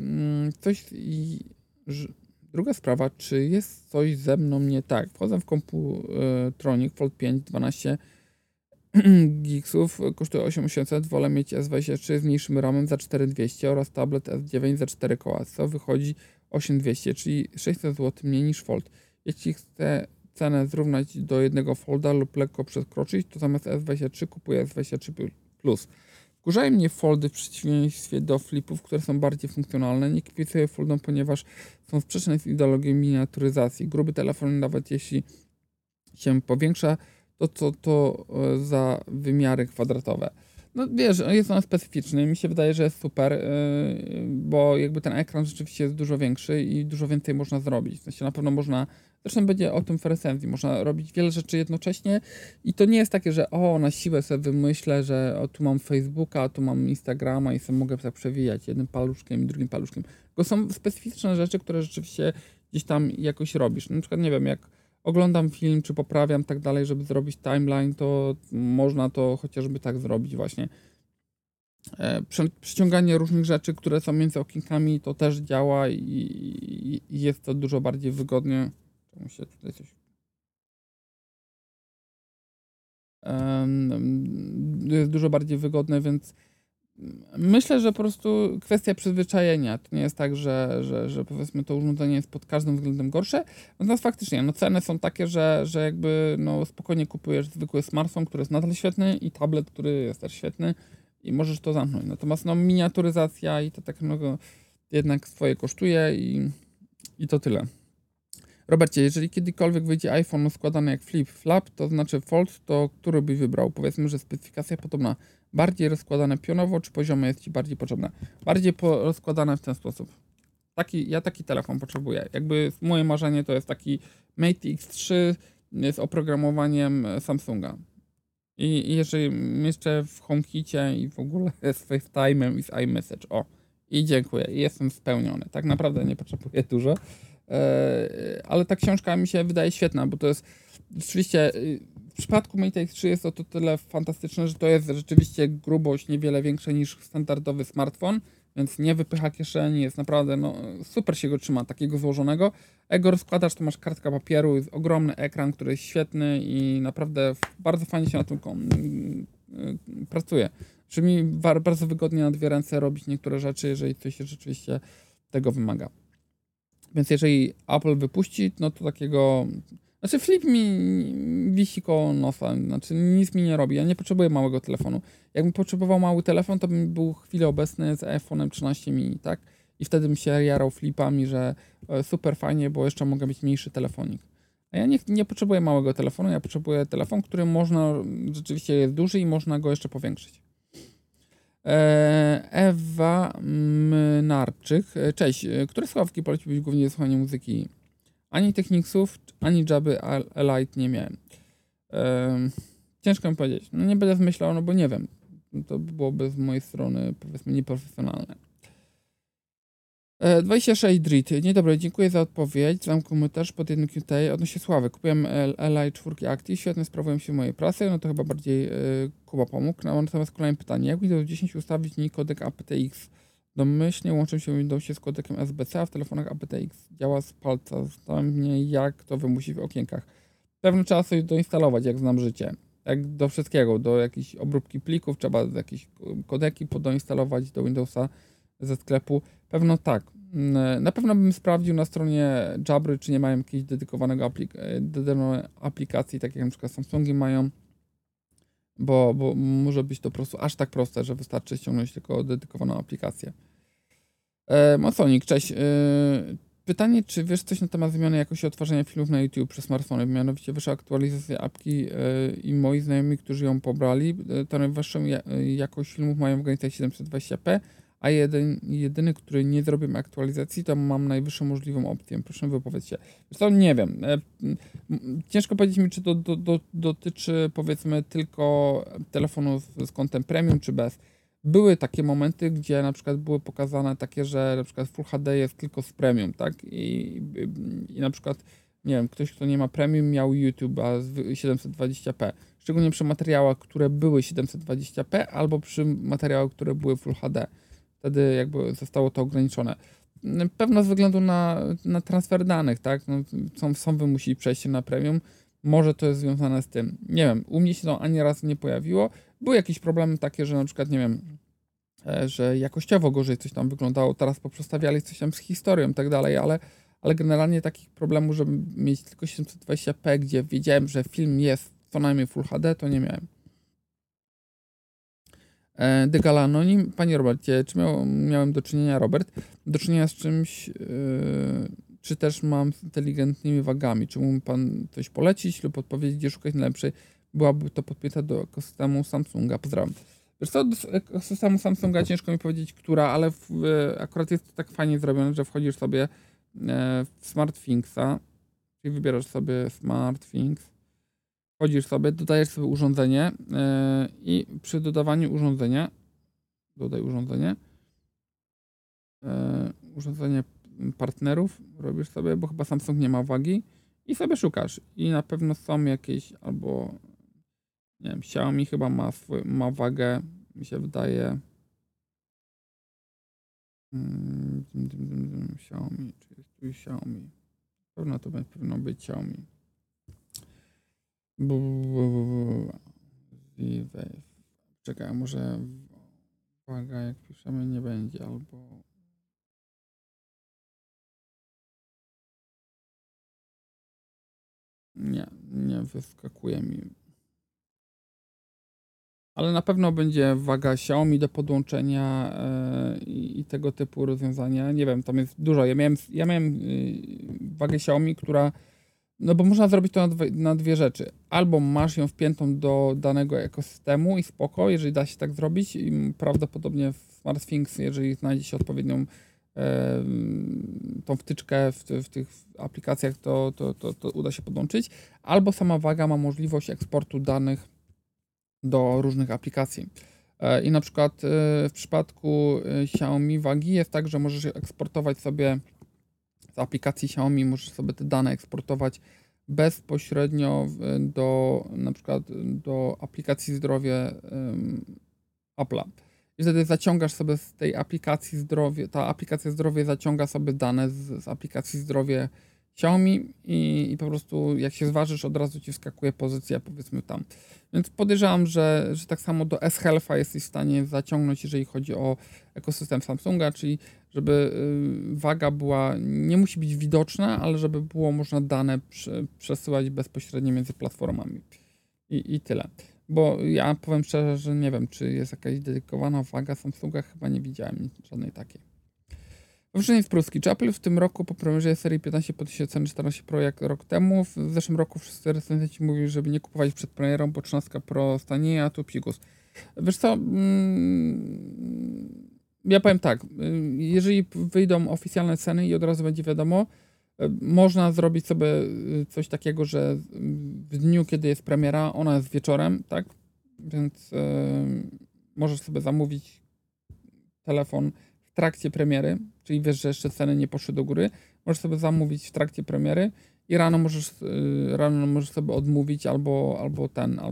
druga sprawa, czy jest coś ze mną nie tak. Wchodzę w Computronic Fold 5 12 gigsów, kosztuje 8800, wolę mieć S23 z mniejszym ramem za 4200 oraz tablet S9 za 4 koła, co wychodzi 8200, czyli 600 zł mniej niż Fold. Jeśli chcę cenę zrównać do jednego Folda lub lekko przekroczyć, to zamiast S23 kupuję S23 Plus. Wkurzają mnie foldy w przeciwieństwie do flipów, które są bardziej funkcjonalne. Nie kibicuję foldom, ponieważ są sprzeczne z ideologią miniaturyzacji. Gruby telefon, nawet jeśli się powiększa, to za wymiary kwadratowe. No wiesz, jest on specyficzny. Mi się wydaje, że jest super, bo jakby ten ekran rzeczywiście jest dużo większy i dużo więcej można zrobić. W sensie na pewno można, zresztą będzie o tym w recenzji, można robić wiele rzeczy jednocześnie i to nie jest takie, że na siłę sobie wymyślę, że tu mam Facebooka, tu mam Instagrama i sobie mogę tak przewijać jednym paluszkiem i drugim paluszkiem. Tylko są specyficzne rzeczy, które rzeczywiście gdzieś tam jakoś robisz. Na przykład, nie wiem, jak oglądam film, czy poprawiam tak dalej, żeby zrobić timeline, to można to chociażby tak zrobić właśnie. Przyciąganie różnych rzeczy, które są między okienkami, to też działa i jest to dużo bardziej wygodnie. To się tutaj coś... Jest dużo bardziej wygodne, więc myślę, że po prostu kwestia przyzwyczajenia. To nie jest tak, że powiedzmy to urządzenie jest pod każdym względem gorsze. Natomiast faktycznie, ceny są takie, że jakby spokojnie kupujesz zwykły smartfon, który jest nadal świetny i tablet, który jest też świetny i możesz to zamknąć. Natomiast miniaturyzacja i to tak jednak swoje kosztuje i to tyle. Robercie, jeżeli kiedykolwiek wyjdzie iPhone składany jak flip-flap, to znaczy fold, to który byś wybrał? Powiedzmy, że specyfikacja podobna. Bardziej rozkładane pionowo, czy poziome jest ci bardziej potrzebne? Bardziej rozkładane w ten sposób. Ja taki telefon potrzebuję. Jakby moje marzenie to jest taki Mate X3 z oprogramowaniem Samsunga. I jeżeli jeszcze w HomeKicie i w ogóle z FaceTime'em i z iMessage. O, i dziękuję. I jestem spełniony. Tak naprawdę nie potrzebuję dużo. Ale ta książka mi się wydaje świetna, bo to jest rzeczywiście w przypadku Mate X3 jest to tyle fantastyczne, że to jest rzeczywiście grubość niewiele większa niż standardowy smartfon, więc nie wypycha kieszeni, jest naprawdę super się go trzyma, takiego złożonego. Jak go rozkładasz, to masz kartka papieru, jest ogromny ekran, który jest świetny i naprawdę bardzo fajnie się na tym pracuje. Czyli mi bardzo wygodnie na dwie ręce robić niektóre rzeczy, jeżeli coś się rzeczywiście tego wymaga. Więc jeżeli Apple wypuści, no to takiego... Znaczy flip mi wisi koło nosa, znaczy nic mi nie robi, ja nie potrzebuję małego telefonu. Jakbym potrzebował mały telefon, to bym był w chwili obecny z iPhone'em 13 mini, tak? I wtedy bym się jarał flipami, że super fajnie, bo jeszcze mogę mieć mniejszy telefonik. A ja nie potrzebuję małego telefonu, ja potrzebuję telefon, który rzeczywiście jest duży i można go jeszcze powiększyć. Ewa Mnarczyk. Cześć. Które słuchawki poleciłbyś głównie do słuchania muzyki? Ani Technicsów, ani Jabby Elite nie miałem. Ciężko mi powiedzieć. No nie będę zmyślał, bo nie wiem. To byłoby z mojej strony, powiedzmy, nieprofesjonalne. 26 Drit. Dzień dobry, dziękuję za odpowiedź. Znam komentarz pod jednym QT odnośnie Sławy. Kupiłem Li 4 Active, świetnie sprawują się w mojej pracy, no to chyba bardziej Kuba pomógł. Natomiast kolejne pytanie. Jak Windows 10 ustawić kodek aptX? Domyślnie łączę się w Windowsie z kodekiem SBC, a w telefonach aptX działa z palca. Zastanawiam mnie, jak to wymusi w okienkach. Pewno trzeba coś doinstalować, jak znam życie. Jak do wszystkiego, do jakiejś obróbki plików, trzeba jakieś kodeki podoinstalować do Windowsa ze sklepu. Pewno tak. Na pewno bym sprawdził na stronie Jabry, czy nie mają jakiejś dedykowanej aplikacji, tak jak na przykład Samsungi mają, bo może być to po prostu aż tak proste, że wystarczy ściągnąć tylko dedykowaną aplikację. Masonik, cześć. Pytanie, czy wiesz coś na temat zmiany jakości odtwarzania filmów na YouTube przez smartfony? Mianowicie wyszła aktualizacja apki i moi znajomi, którzy ją pobrali, to najwyższą jakość filmów mają w granicach 720p, a jedyny, który nie zrobił aktualizacji, to mam najwyższą możliwą opcję. Proszę wypowiedz się. Zresztą nie wiem. Ciężko powiedzieć mi, czy to dotyczy powiedzmy tylko telefonu z kontem premium, czy bez. Były takie momenty, gdzie na przykład były pokazane takie, że na przykład Full HD jest tylko z premium, tak? I na przykład, nie wiem, ktoś, kto nie ma premium, miał YouTube'a z 720p. Szczególnie przy materiałach, które były 720p, albo przy materiałach, które były Full HD. Wtedy jakby zostało to ograniczone. Pewno z względu na transfer danych, tak? No, są wymusi przejście na premium. Może to jest związane z tym. Nie wiem, u mnie się to ani razu nie pojawiło. Były jakieś problemy takie, że na przykład, nie wiem, że jakościowo gorzej coś tam wyglądało, teraz poprzestawiali coś tam z historią i tak dalej, ale generalnie takich problemów, żeby mieć tylko 720p, gdzie wiedziałem, że film jest co najmniej Full HD, to nie miałem. Degala Anonim. Panie Robercie, czy miałem do czynienia, do czynienia z czymś, czy też mam z inteligentnymi wagami? Czy mógłby pan coś polecić lub odpowiedzieć, gdzie szukać najlepszej? Byłaby to podpięta do ekosystemu Samsunga. Pozdrawiam. Wiesz co, do ekosystemu Samsunga ciężko mi powiedzieć, która, ale akurat jest to tak fajnie zrobione, że wchodzisz sobie w SmartThingsa, czyli wybierasz sobie SmartThings, wchodzisz sobie, dodajesz sobie urządzenie i przy dodawaniu urządzenia dodaj urządzenie urządzenie partnerów robisz sobie, bo chyba Samsung nie ma wagi i sobie szukasz i na pewno są jakieś albo nie wiem, Xiaomi chyba ma wagę, mi się wydaje Xiaomi, czy jest tu Xiaomi, pewno to powinno być Xiaomi. Czekaj, może waga jak piszemy nie będzie, albo nie wyskakuje mi. Ale na pewno będzie waga Xiaomi do podłączenia i tego typu rozwiązania. Nie wiem, tam jest dużo. Ja miałem wagę Xiaomi, która, no bo można zrobić to na dwie rzeczy. Albo masz ją wpiętą do danego ekosystemu i spoko, jeżeli da się tak zrobić, i prawdopodobnie w SmartThings, jeżeli znajdzie się odpowiednią tą wtyczkę w tych aplikacjach, to uda się podłączyć. Albo sama waga ma możliwość eksportu danych do różnych aplikacji. I na przykład w przypadku Xiaomi wagi jest tak, że możesz eksportować sobie z aplikacji Xiaomi, możesz sobie te dane eksportować bezpośrednio do na przykład do aplikacji zdrowie Apple'a. I wtedy zaciągasz sobie z tej aplikacji zdrowie, ta aplikacja zdrowie zaciąga sobie dane z aplikacji zdrowie Xiaomi i po prostu jak się zważysz, od razu ci wskakuje pozycja, powiedzmy tam. Więc podejrzewam, że tak samo do S-Health'a jesteś w stanie zaciągnąć, jeżeli chodzi o ekosystem Samsunga, czyli żeby waga była, nie musi być widoczna, ale żeby było można dane przesyłać bezpośrednio między platformami. I tyle. Bo ja powiem szczerze, że nie wiem, czy jest jakaś dedykowana waga Samsunga, chyba nie widziałem żadnej takiej. Wrażenie z Pruski. Czy Apple w tym roku po premierze serii 15 podniesie ceny 14 Pro jak rok temu? W zeszłym roku wszyscy recenzenci mówili, żeby nie kupować przed premierą, bo 13 Pro stanieje, a tu psikus. Wiesz co, ja powiem tak, jeżeli wyjdą oficjalne ceny i od razu będzie wiadomo, można zrobić sobie coś takiego, że w dniu, kiedy jest premiera, ona jest wieczorem, tak? Więc możesz sobie zamówić telefon w trakcie premiery, czyli wiesz, że jeszcze ceny nie poszły do góry. Możesz sobie zamówić w trakcie premiery i rano możesz sobie odmówić albo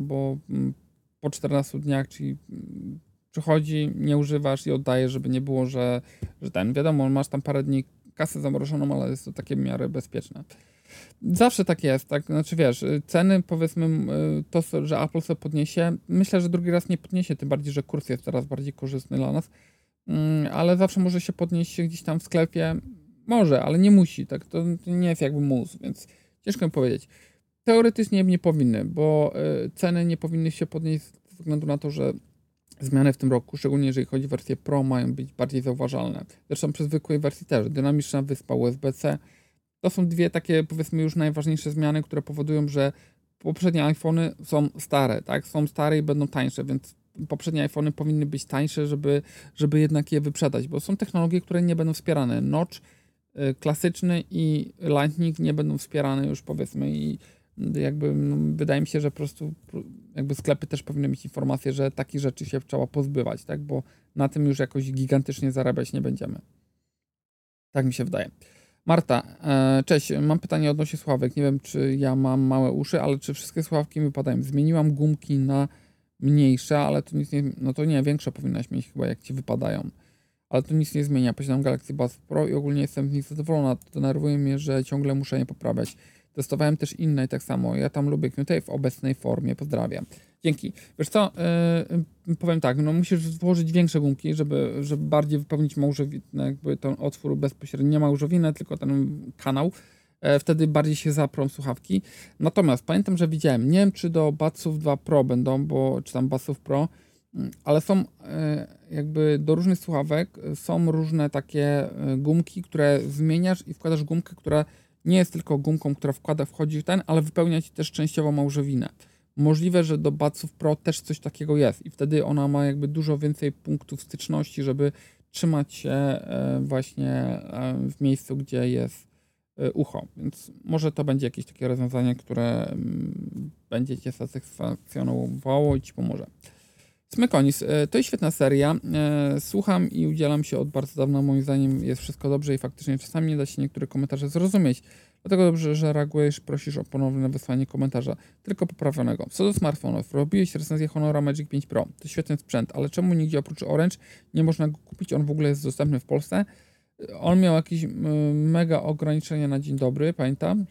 po 14 dniach, czyli przychodzi, nie używasz i oddajesz, żeby nie było, że wiadomo, masz tam parę dni kasę zamrożoną, ale jest to takie w miarę bezpieczne. Zawsze tak jest, tak? Znaczy wiesz, ceny powiedzmy to, że Apple sobie podniesie, myślę, że drugi raz nie podniesie, tym bardziej, że kurs jest teraz bardziej korzystny dla nas, ale zawsze może się podnieść gdzieś tam w sklepie, może, ale nie musi, tak? To nie jest jakby mus, więc ciężko mi powiedzieć. Teoretycznie nie powinny, bo ceny nie powinny się podnieść ze względu na to, że zmiany w tym roku, szczególnie jeżeli chodzi o wersję Pro, mają być bardziej zauważalne. Zresztą przy zwykłej wersji też. Dynamiczna wyspa USB-C. To są dwie takie, powiedzmy, już najważniejsze zmiany, które powodują, że poprzednie iPhony są stare, tak? Są stare i będą tańsze, więc poprzednie iPhony powinny być tańsze, żeby jednak je wyprzedać, bo są technologie, które nie będą wspierane. Notch klasyczny i Lightning nie będą wspierane już, powiedzmy, i jakby wydaje mi się, że po prostu jakby sklepy też powinny mieć informację, że takich rzeczy się trzeba pozbywać, tak? Bo na tym już jakoś gigantycznie zarabiać nie będziemy. Tak mi się wydaje. Marta, cześć, mam pytanie odnośnie słuchawek. Nie wiem, czy ja mam małe uszy, ale czy wszystkie słuchawki mi wypadają? Zmieniłam gumki na mniejsze, ale to nic nie, no to nie, większe powinnaś mieć chyba, jak ci wypadają. Ale to nic nie zmienia. Posiadam Galaxy Buds Pro i ogólnie jestem z nich zadowolona. To denerwuje mnie, że ciągle muszę je poprawiać. Testowałem też inne i tak samo. Ja tam lubię QT w obecnej formie. Pozdrawiam. Dzięki. Wiesz co, powiem tak, no musisz włożyć większe gumki, żeby bardziej wypełnić małżowinę, jakby ten otwór bezpośrednio, nie małżowinę, tylko ten kanał. Wtedy bardziej się zaprą słuchawki. Natomiast pamiętam, że widziałem, nie wiem czy do Budsów 2 Pro będą, czy tam Budsów Pro, ale są jakby do różnych słuchawek są różne takie gumki, które zmieniasz i wkładasz gumkę, która nie jest tylko gumką, która wchodzi w ten, ale wypełnia ci też częściowo małżowinę. Możliwe, że do Budsów Pro też coś takiego jest i wtedy ona ma jakby dużo więcej punktów styczności, żeby trzymać się właśnie w miejscu, gdzie jest ucho. Więc może to będzie jakieś takie rozwiązanie, które będzie cię satysfakcjonowało i ci pomoże. Smykonis, to jest świetna seria. Słucham i udzielam się od bardzo dawna. Moim zdaniem jest wszystko dobrze i faktycznie czasami nie da się niektóre komentarze zrozumieć. Dlatego dobrze, że reagujesz, prosisz o ponowne wysłanie komentarza, tylko poprawionego. Co do smartfonów, robiłeś recenzję Honora Magic 5 Pro. To świetny sprzęt, ale czemu nigdzie oprócz Orange nie można go kupić? On w ogóle jest dostępny w Polsce. On miał jakieś mega ograniczenia na dzień dobry, pamiętam.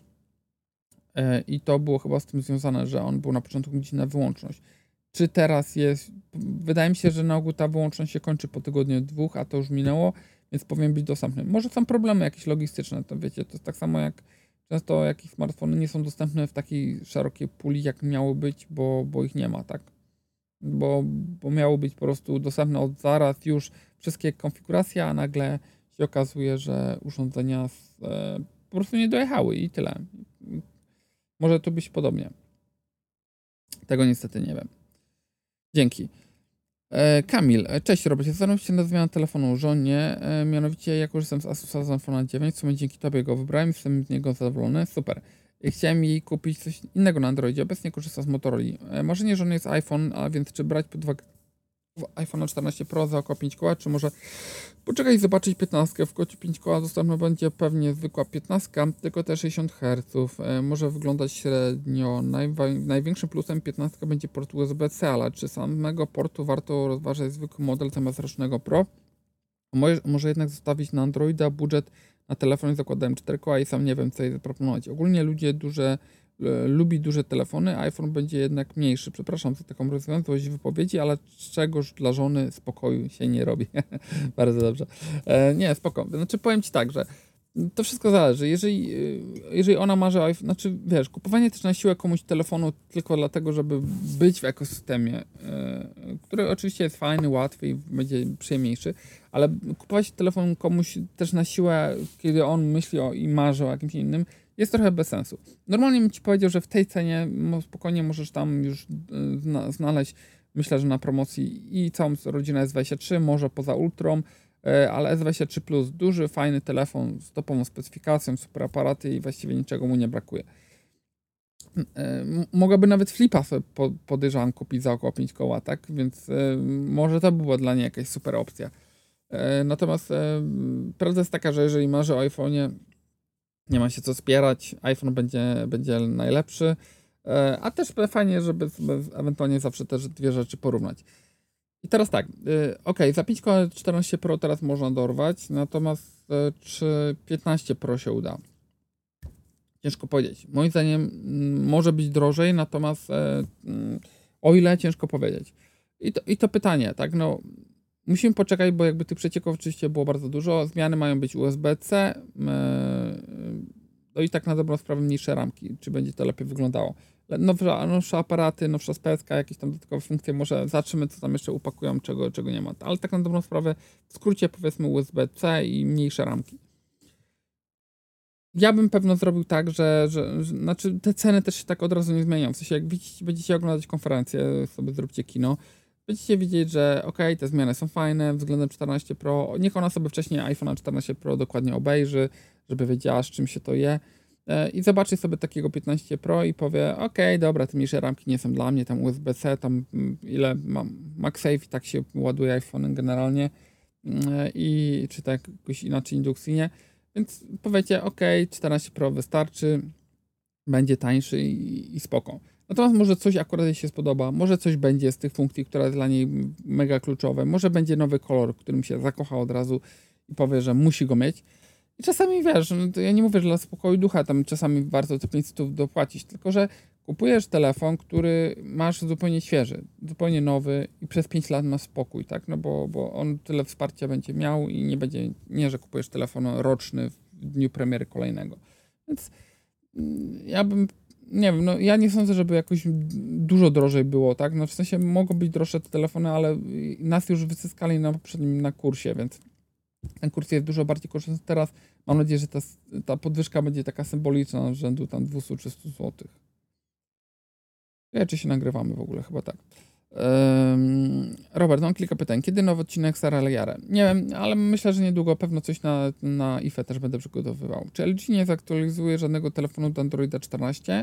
I to było chyba z tym związane, że on był na początku gdzieś na wyłączność. Czy teraz jest? Wydaje mi się, że na ogół ta wyłączność się kończy po tygodniu 2, a to już minęło, więc powinien być dostępny. Może są problemy jakieś logistyczne, to wiecie, to jest tak samo jak często jakieś smartfony nie są dostępne w takiej szerokiej puli, jak miało być, bo ich nie ma, tak? Bo miało być po prostu dostępne od zaraz już wszystkie konfiguracje, a nagle się okazuje, że urządzenia po prostu nie dojechały i tyle. Może tu być podobnie. Tego niestety nie wiem. Dzięki. Kamil, cześć Robert, zastanawiam się nad zmianą telefonu żonie, mianowicie ja korzystam z Asusa Zenfona 9, w sumie dzięki tobie go wybrałem, jestem z niego zadowolony, super. Chciałem jej kupić coś innego na Androidzie, obecnie korzystam z Motorola. Marzenie żony jest iPhone, a więc czy brać pod uwagę iPhone 14 Pro za około 5 koła, czy może poczekaj i zobaczyć 15. W kocie 5 koła dostępna będzie pewnie zwykła 15, tylko te 60 Hz. Może wyglądać średnio. Największym plusem 15 będzie port USB-C, ale czy samego portu warto rozważać zwykły model zamiast rocznego Pro? Może jednak zostawić na Androida budżet na telefon, zakładałem 4 koła i sam nie wiem co jej zaproponować. Ogólnie lubi duże telefony, iPhone będzie jednak mniejszy. Przepraszam za taką rozwiązłość wypowiedzi, ale czegoż dla żony spokoju się nie robi. Bardzo dobrze. Nie, spoko. Znaczy powiem ci tak, że to wszystko zależy. Jeżeli ona marzy o iPhone, znaczy wiesz, kupowanie też na siłę komuś telefonu tylko dlatego, żeby być w ekosystemie, który oczywiście jest fajny, łatwy i będzie przyjemniejszy, ale kupować telefon komuś też na siłę, kiedy on myśli i marzy o jakimś innym, jest trochę bez sensu. Normalnie bym ci powiedział, że w tej cenie spokojnie możesz tam już znaleźć, myślę, że na promocji i całą rodzinę S23, może poza Ultrą, ale S23 Plus, duży, fajny telefon z topową specyfikacją, super aparaty i właściwie niczego mu nie brakuje. Mogłaby nawet Flipa sobie podejrzewam kupić za około 5 koła, tak? Więc może to była dla niej jakaś super opcja. Natomiast prawda jest taka, że jeżeli marzy o iPhone'ie, nie ma się co spierać, iPhone będzie najlepszy, a też fajnie, żeby ewentualnie zawsze też dwie rzeczy porównać. I teraz tak, ok, za 5 koła 14 Pro teraz można dorwać, natomiast czy 15 Pro się uda? Ciężko powiedzieć. Moim zdaniem może być drożej, natomiast o ile ciężko powiedzieć. I to pytanie, tak, no musimy poczekać, bo jakby tych przecieków oczywiście było bardzo dużo. Zmiany mają być USB-C, no i tak na dobrą sprawę mniejsze ramki. Czy będzie to lepiej wyglądało? Nowsze aparaty, nowsza speska, jakieś tam dodatkowe funkcje, może zobaczymy, co tam jeszcze upakują, czego nie ma. Ale tak na dobrą sprawę, w skrócie powiedzmy USB-C i mniejsze ramki. Ja bym pewno zrobił tak, że znaczy te ceny też się tak od razu nie zmienią. W sensie jak będziecie oglądać konferencję, sobie zróbcie kino, będziecie widzieć, że okej, te zmiany są fajne względem 14 Pro. Niech ona sobie wcześniej iPhone 14 Pro dokładnie obejrzy, żeby wiedziała, z czym się to je. I zobaczy sobie takiego 15 Pro i powie, okej, dobra, te mniejsze ramki nie są dla mnie, tam USB-C, tam ile mam, MagSafe i tak się ładuje iPhone generalnie i czy tak jakoś inaczej indukcyjnie. Więc powiecie, ok, 14 Pro wystarczy, będzie tańszy i spoko. Natomiast może coś akurat jej się spodoba, może coś będzie z tych funkcji, która jest dla niej mega kluczowe, może będzie nowy kolor, w którym się zakocha od razu i powie, że musi go mieć. I czasami wiesz, no to ja nie mówię, że dla spokoju ducha tam czasami warto te 500 dopłacić, tylko że kupujesz telefon, który masz zupełnie świeży, zupełnie nowy i przez 5 lat masz spokój, tak? No bo on tyle wsparcia będzie miał i nie będzie, nie, że kupujesz telefon roczny w dniu premiery kolejnego. Więc ja bym, nie wiem, no ja nie sądzę, żeby jakoś dużo drożej było, tak? No w sensie mogą być droższe te telefony, ale nas już wyzyskali na poprzednim na kursie, więc ten kurs jest dużo bardziej korzystny teraz. Mam nadzieję, że ta podwyżka będzie taka symboliczna, rzędu tam 200-300 zł. Ja czy się nagrywamy w ogóle? Chyba tak. Robert, mam kilka pytań. Kiedy nowy odcinek Sara Jarę? Nie wiem, ale myślę, że niedługo pewno coś na IFE też będę przygotowywał. Czy LG nie zaktualizuje żadnego telefonu do Androida 14?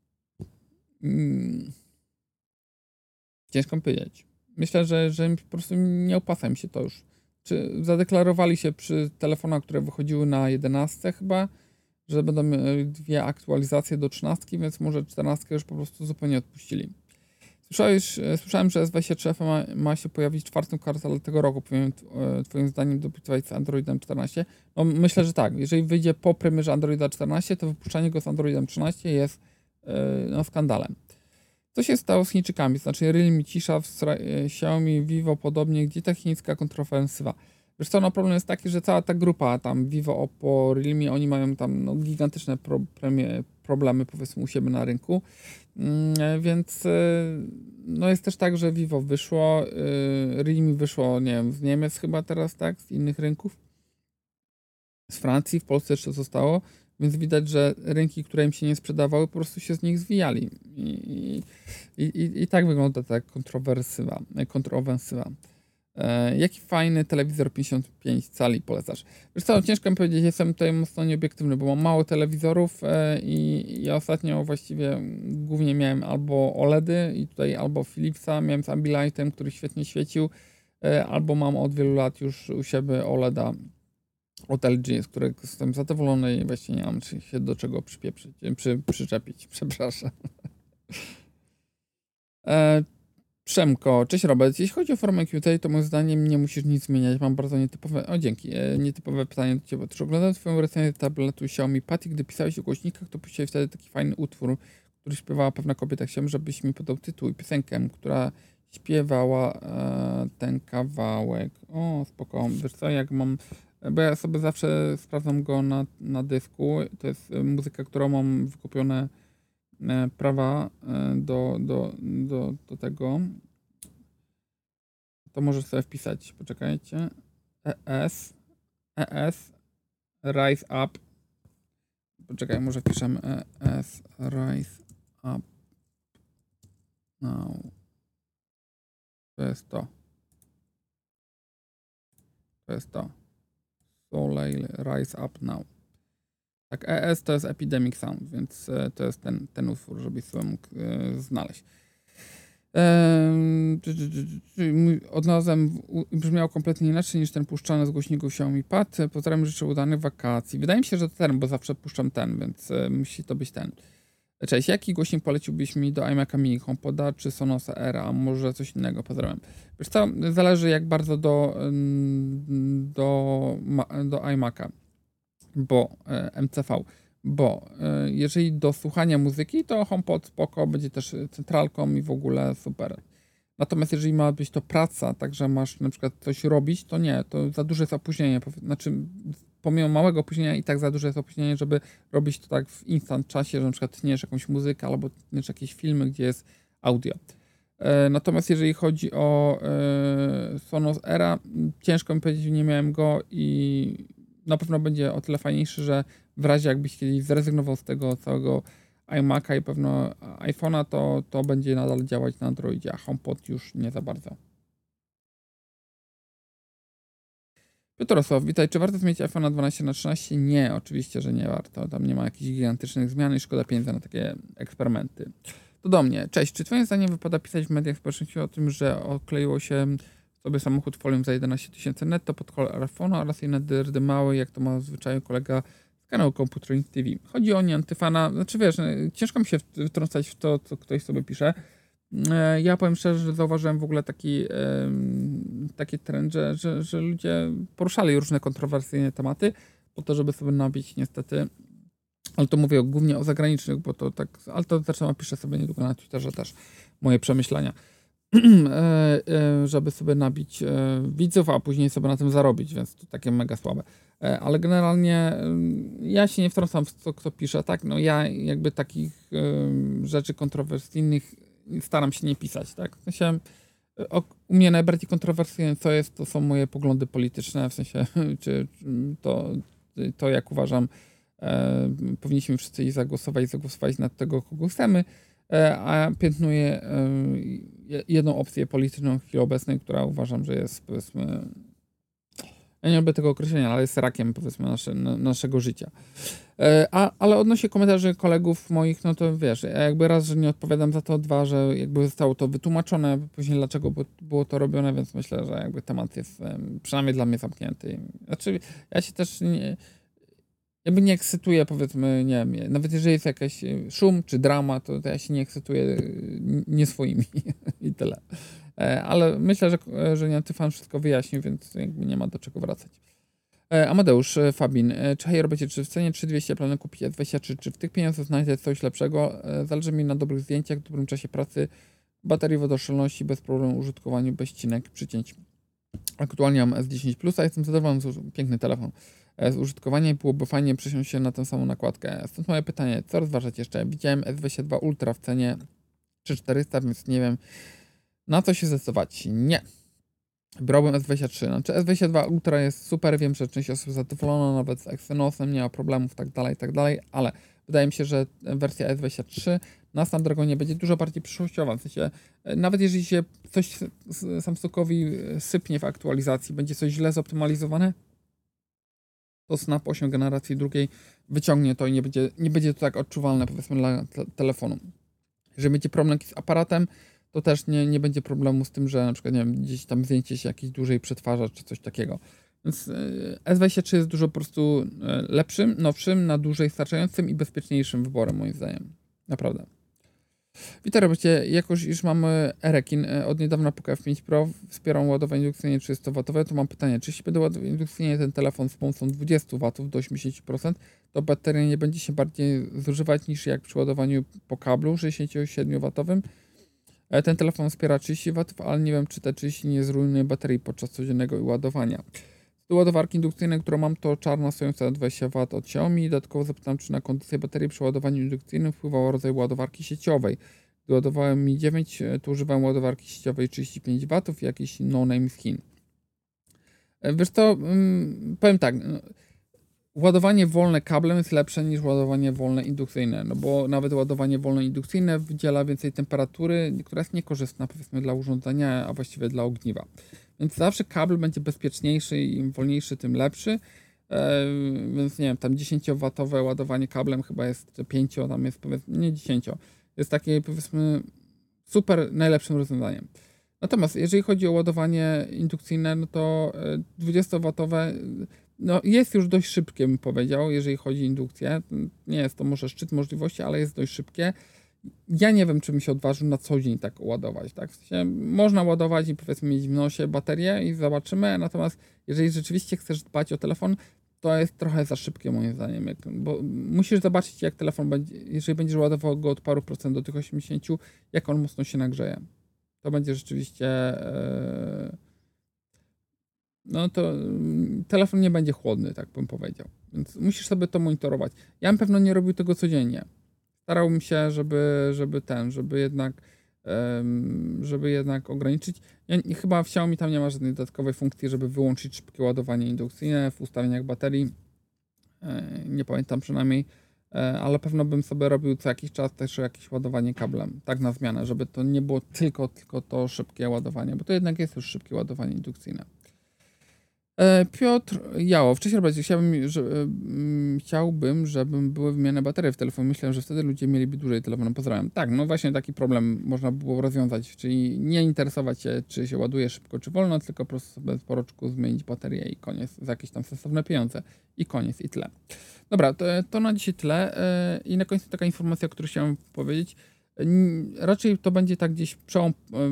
Ciężko powiedzieć. Myślę, że po prostu nie opłaca mi się to już. Czy zadeklarowali się przy telefonach, które wychodziły na 11 chyba, że będą mieli 2 aktualizacje do 13, więc może 14 już po prostu zupełnie odpuścili. Słyszałem, że S23 ma się pojawić w 4. kwartale tego roku. Powinien twoim zdaniem debiutować z Androidem 14? No myślę, że tak. Jeżeli wyjdzie po premierze Androida 14, to wypuszczanie go z Androidem 13 jest skandalem. Co się stało z Chińczykami? Znaczy Realme cisza, Xiaomi, Vivo podobnie. Gdzie ta chińska kontrofensywa? Wiesz co, no problem jest taki, że cała ta grupa, tam Vivo, Oppo, Realme, oni mają tam gigantyczne problemy powiedzmy u siebie na rynku, więc no jest też tak, że Vivo wyszło, Realme wyszło, nie wiem, z Niemiec chyba teraz, tak, z innych rynków, z Francji, w Polsce jeszcze zostało, Więc widać, że rynki, które im się nie sprzedawały, po prostu się z nich zwijali. I tak wygląda ta kontrowersywa. Jaki fajny telewizor 55 cali polecasz? Wiesz co, ciężko mi powiedzieć, jestem tutaj mocno nieobiektywny, bo mam mało telewizorów i ja ostatnio właściwie głównie miałem albo OLEDy i tutaj albo Philipsa, miałem z Ambilightem, który świetnie świecił, albo mam od wielu lat już u siebie OLEDa od LG, z którego jestem zadowolony i właściwie nie mam się do czego przyczepić, przepraszam. Przemko, cześć Robert. Jeśli chodzi o formę QT, to moim zdaniem nie musisz nic zmieniać. Mam bardzo nietypowe, nietypowe pytanie do Ciebie. Otóż oglądałem Twoją recenzję tabletu Xiaomi Pad i gdy pisałeś o głośnikach, to puściłeś wtedy taki fajny utwór, który śpiewała pewna kobieta. Chciałem, żebyś mi podał tytuł i piosenkę, która śpiewała ten kawałek. O, spoko. Wiesz co, jak mam... Bo ja sobie zawsze sprawdzam go na dysku. To jest muzyka, którą mam wykupione prawa do tego, to możesz sobie wpisać, poczekajcie, ES Rise Up, poczekaj, może wpiszemy ES Rise Up Now, to jest Soleil Rise Up Now. Tak, ES to jest Epidemic Sound, więc to jest ten utwór, żebyś sobie mógł znaleźć. Odnalazłem, brzmiał kompletnie inaczej niż ten puszczany z głośników Xiaomi Pad. Pozdrawiam, życzę udanych wakacji. Wydaje mi się, że to ten, bo zawsze puszczam ten, więc musi to być ten. Cześć, jaki głośnik poleciłbyś mi do iMac'a Mini, HomePoda czy Sonosa Era, a może coś innego? Pozdrawiam. Wiesz co, zależy jak bardzo do iMac'a, bo MCV, bo jeżeli do słuchania muzyki, to HomePod spoko, będzie też centralką i w ogóle super. Natomiast jeżeli ma być to praca, także masz na przykład coś robić, to nie, to za duże jest opóźnienie. Znaczy, pomimo małego opóźnienia i tak za duże jest opóźnienie, żeby robić to tak w instant czasie, że na przykład tniesz jakąś muzykę albo tniesz jakieś filmy, gdzie jest audio. Natomiast jeżeli chodzi o Sonos Era, ciężko mi powiedzieć, nie miałem go i na pewno będzie o tyle fajniejszy, że w razie jakbyś kiedyś zrezygnował z tego całego iMac'a i pewno iPhone'a, to będzie nadal działać na Androidzie, a HomePod już nie za bardzo. Piotrosław, witaj. Czy warto zmienić iPhone'a 12/13? Nie, oczywiście, że nie warto. Tam nie ma jakichś gigantycznych zmian i szkoda pieniędzy na takie eksperymenty. To do mnie. Cześć. Czy twoim zdaniem wypada pisać w mediach społecznościowych o tym, że okleiło się sobie samochód folią za 11 000 netto pod kolor iPhone'a oraz inne dyrdy małe, jak to ma w zwyczaju kolega z kanału Computer TV? Chodzi o nie antyfana. Znaczy wiesz, ciężko mi się wtrącać w to, co ktoś sobie pisze. Ja powiem szczerze, że zauważyłem w ogóle taki trend, że ludzie poruszali różne kontrowersyjne tematy po to, żeby sobie nabić niestety, ale to mówię głównie o zagranicznych, bo to tak, ale to zresztą napiszę sobie niedługo na Twitterze też moje przemyślenia, żeby sobie nabić widzów, a później sobie na tym zarobić, więc to takie mega słabe. Ale generalnie ja się nie wtrącam w to, kto pisze, tak, no ja jakby takich rzeczy kontrowersyjnych staram się nie pisać, tak, w sensie u mnie najbardziej kontrowersyjne co jest, to są moje poglądy polityczne, w sensie czy to jak uważam powinniśmy wszyscy iść zagłosować na tego, kogo chcemy, a piętnuję jedną opcję polityczną w chwili obecnej, która uważam, że jest, powiedzmy, ja nie lubię tego określenia, ale jest rakiem, powiedzmy, naszego życia. Ale odnośnie komentarzy kolegów moich, no to wiesz, ja jakby raz, że nie odpowiadam za to, dwa, że jakby zostało to wytłumaczone, później dlaczego było to robione, więc myślę, że jakby temat jest przynajmniej dla mnie zamknięty. Znaczy, ja się też nie ekscytuję, powiedzmy, nie wiem, nawet jeżeli jest jakiś szum czy drama, to ja się nie ekscytuję nie swoimi i tyle. Ale myślę, że nie Antyfan wszystko wyjaśnił, więc jakby nie ma do czego wracać. Amadeusz Fabin. Czy hej, robicie, czy w cenie 3200 planuję kupić S23? Czy w tych pieniądzach znajdę coś lepszego? Zależy mi na dobrych zdjęciach, dobrym czasie pracy, baterii wodoszczelności, bez problemu użytkowaniu, bez ścinek, przycięć. Aktualnie mam S10 Plus, a jestem zadowolony z piękny telefon. Z użytkowania byłoby fajnie przesiąść się na tę samą nakładkę. Stąd moje pytanie, co rozważać jeszcze? Widziałem S22 Ultra w cenie 3400, więc nie wiem, na co się zdecydować. Nie. Brałbym S23. Znaczy S22 Ultra jest super, wiem, że część osób zadowolona, nawet z Exynosem, nie ma problemów, tak dalej, ale wydaje mi się, że wersja S23 na Snapdragonie będzie dużo bardziej przyszłościowa. W sensie, nawet jeżeli się coś Samsungowi sypnie w aktualizacji, będzie coś źle zoptymalizowane, to Snap 8 generacji drugiej wyciągnie to i nie będzie to tak odczuwalne, powiedzmy, dla telefonu. Jeżeli będzie problem z aparatem, to też nie będzie problemu z tym, że na przykład, nie wiem, gdzieś tam zdjęcie się jakiś dłużej przetwarza, czy coś takiego. Więc S23 jest dużo po prostu lepszym, nowszym, na dłużej starczającym i bezpieczniejszym wyborem, moim zdaniem. Naprawdę. Witam, robocie. Jakoś już mamy Erekin. Od niedawna Poco F5 Pro wspiera ładowanie indukcyjne 30W. To mam pytanie, czy jeśli będę ładował indukcyjnie ten telefon z pomocą 20W do 80%, to bateria nie będzie się bardziej zużywać niż jak przy ładowaniu po kablu 67W? Ten telefon wspiera 30W, ale nie wiem, czy te 30 nie zrujnuje baterii podczas codziennego ładowania. Do ładowarki indukcyjnej, którą mam, to czarna stojąca na 20W od Xiaomi. Dodatkowo zapytam, czy na kondycję baterii przy ładowaniu indukcyjnym wpływał rodzaj ładowarki sieciowej. Gdy ładowałem Mi 9, to używałem ładowarki sieciowej 35W i jakiś no-name z Chin. Wiesz co, powiem tak, ładowanie wolne kablem jest lepsze niż ładowanie wolne indukcyjne, no bo nawet ładowanie wolne indukcyjne wydziela więcej temperatury, która jest niekorzystna, powiedzmy, dla urządzenia, a właściwie dla ogniwa. Więc zawsze kabel będzie bezpieczniejszy i im wolniejszy, tym lepszy. Więc nie wiem, tam 10W ładowanie kablem chyba jest 5, tam jest, powiedzmy, nie 10, jest takie, powiedzmy, super najlepszym rozwiązaniem. Natomiast jeżeli chodzi o ładowanie indukcyjne, no to 20W no jest już dość szybkie, bym powiedział, jeżeli chodzi o indukcję. Nie jest to może szczyt możliwości, ale jest dość szybkie. Ja nie wiem, czy bym się odważył na co dzień tak ładować. Tak? W sensie można ładować i, powiedzmy, mieć w nosie baterię i zobaczymy. Natomiast jeżeli rzeczywiście chcesz dbać o telefon, to jest trochę za szybkie, moim zdaniem. Bo musisz zobaczyć, jak telefon będzie, jeżeli będziesz ładował go od paru procent do tych 80, jak on mocno się nagrzeje. To będzie rzeczywiście no to telefon nie będzie chłodny, tak bym powiedział. Więc musisz sobie to monitorować. Ja bym pewno nie robił tego codziennie. Starałbym się, żeby jednak ograniczyć. Chyba w Xiaomi tam nie ma żadnej dodatkowej funkcji, żeby wyłączyć szybkie ładowanie indukcyjne w ustawieniach baterii. Nie pamiętam przynajmniej, ale pewno bym sobie robił co jakiś czas też jakieś ładowanie kablem, tak na zmianę, żeby to nie było tylko to szybkie ładowanie, bo to jednak jest już szybkie ładowanie indukcyjne. Piotr Jało, wcześniej chciałbym, żeby były wymienne baterie w telefonie. Myślę, że wtedy ludzie mieliby dłużej telefon. Pozdrawiam. Tak, no właśnie taki problem można było rozwiązać, czyli nie interesować się, czy się ładuje szybko, czy wolno, tylko po prostu sobie po roczku zmienić baterię i koniec. Za jakieś tam sensowne pieniądze. I koniec, i tyle. Dobra, to na dzisiaj tyle. I na końcu taka informacja, o której chciałem powiedzieć. Raczej to będzie tak gdzieś przełom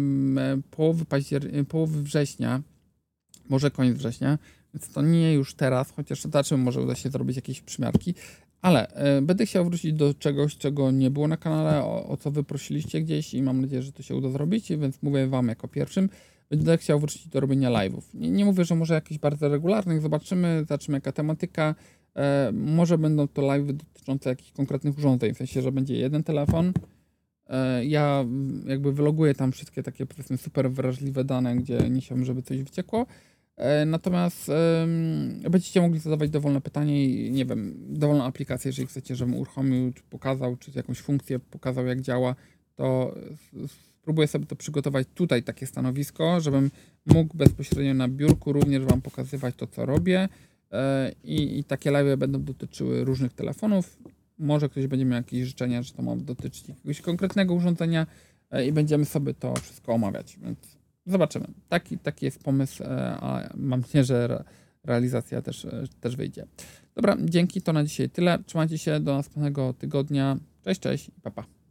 połowy września, może koniec września, więc to nie już teraz, chociaż zobaczymy, może uda się zrobić jakieś przymiarki, ale będę chciał wrócić do czegoś, czego nie było na kanale, o co wy prosiliście gdzieś i mam nadzieję, że to się uda zrobić, więc mówię wam jako pierwszym. Będę chciał wrócić do robienia live'ów. Nie mówię, że może jakichś bardzo regularnych, zobaczymy jaka tematyka. Może będą to live'y dotyczące jakichś konkretnych urządzeń, w sensie, że będzie jeden telefon. Ja jakby wyloguję tam wszystkie takie, powiedzmy, super wrażliwe dane, gdzie nie chciałbym, żeby coś wyciekło. Natomiast będziecie mogli zadawać dowolne pytanie i nie wiem, dowolną aplikację, jeżeli chcecie, żebym uruchomił, czy pokazał, czy jakąś funkcję pokazał, jak działa, to spróbuję sobie to przygotować tutaj, takie stanowisko, żebym mógł bezpośrednio na biurku również wam pokazywać to, co robię i takie live będą dotyczyły różnych telefonów. Może ktoś będzie miał jakieś życzenia, że to ma dotyczyć jakiegoś konkretnego urządzenia i będziemy sobie to wszystko omawiać, więc zobaczymy. Taki jest pomysł, a mam nadzieję, że realizacja też wyjdzie. Dobra, dzięki, to na dzisiaj tyle. Trzymajcie się, do następnego tygodnia. Cześć, cześć i pa, pa.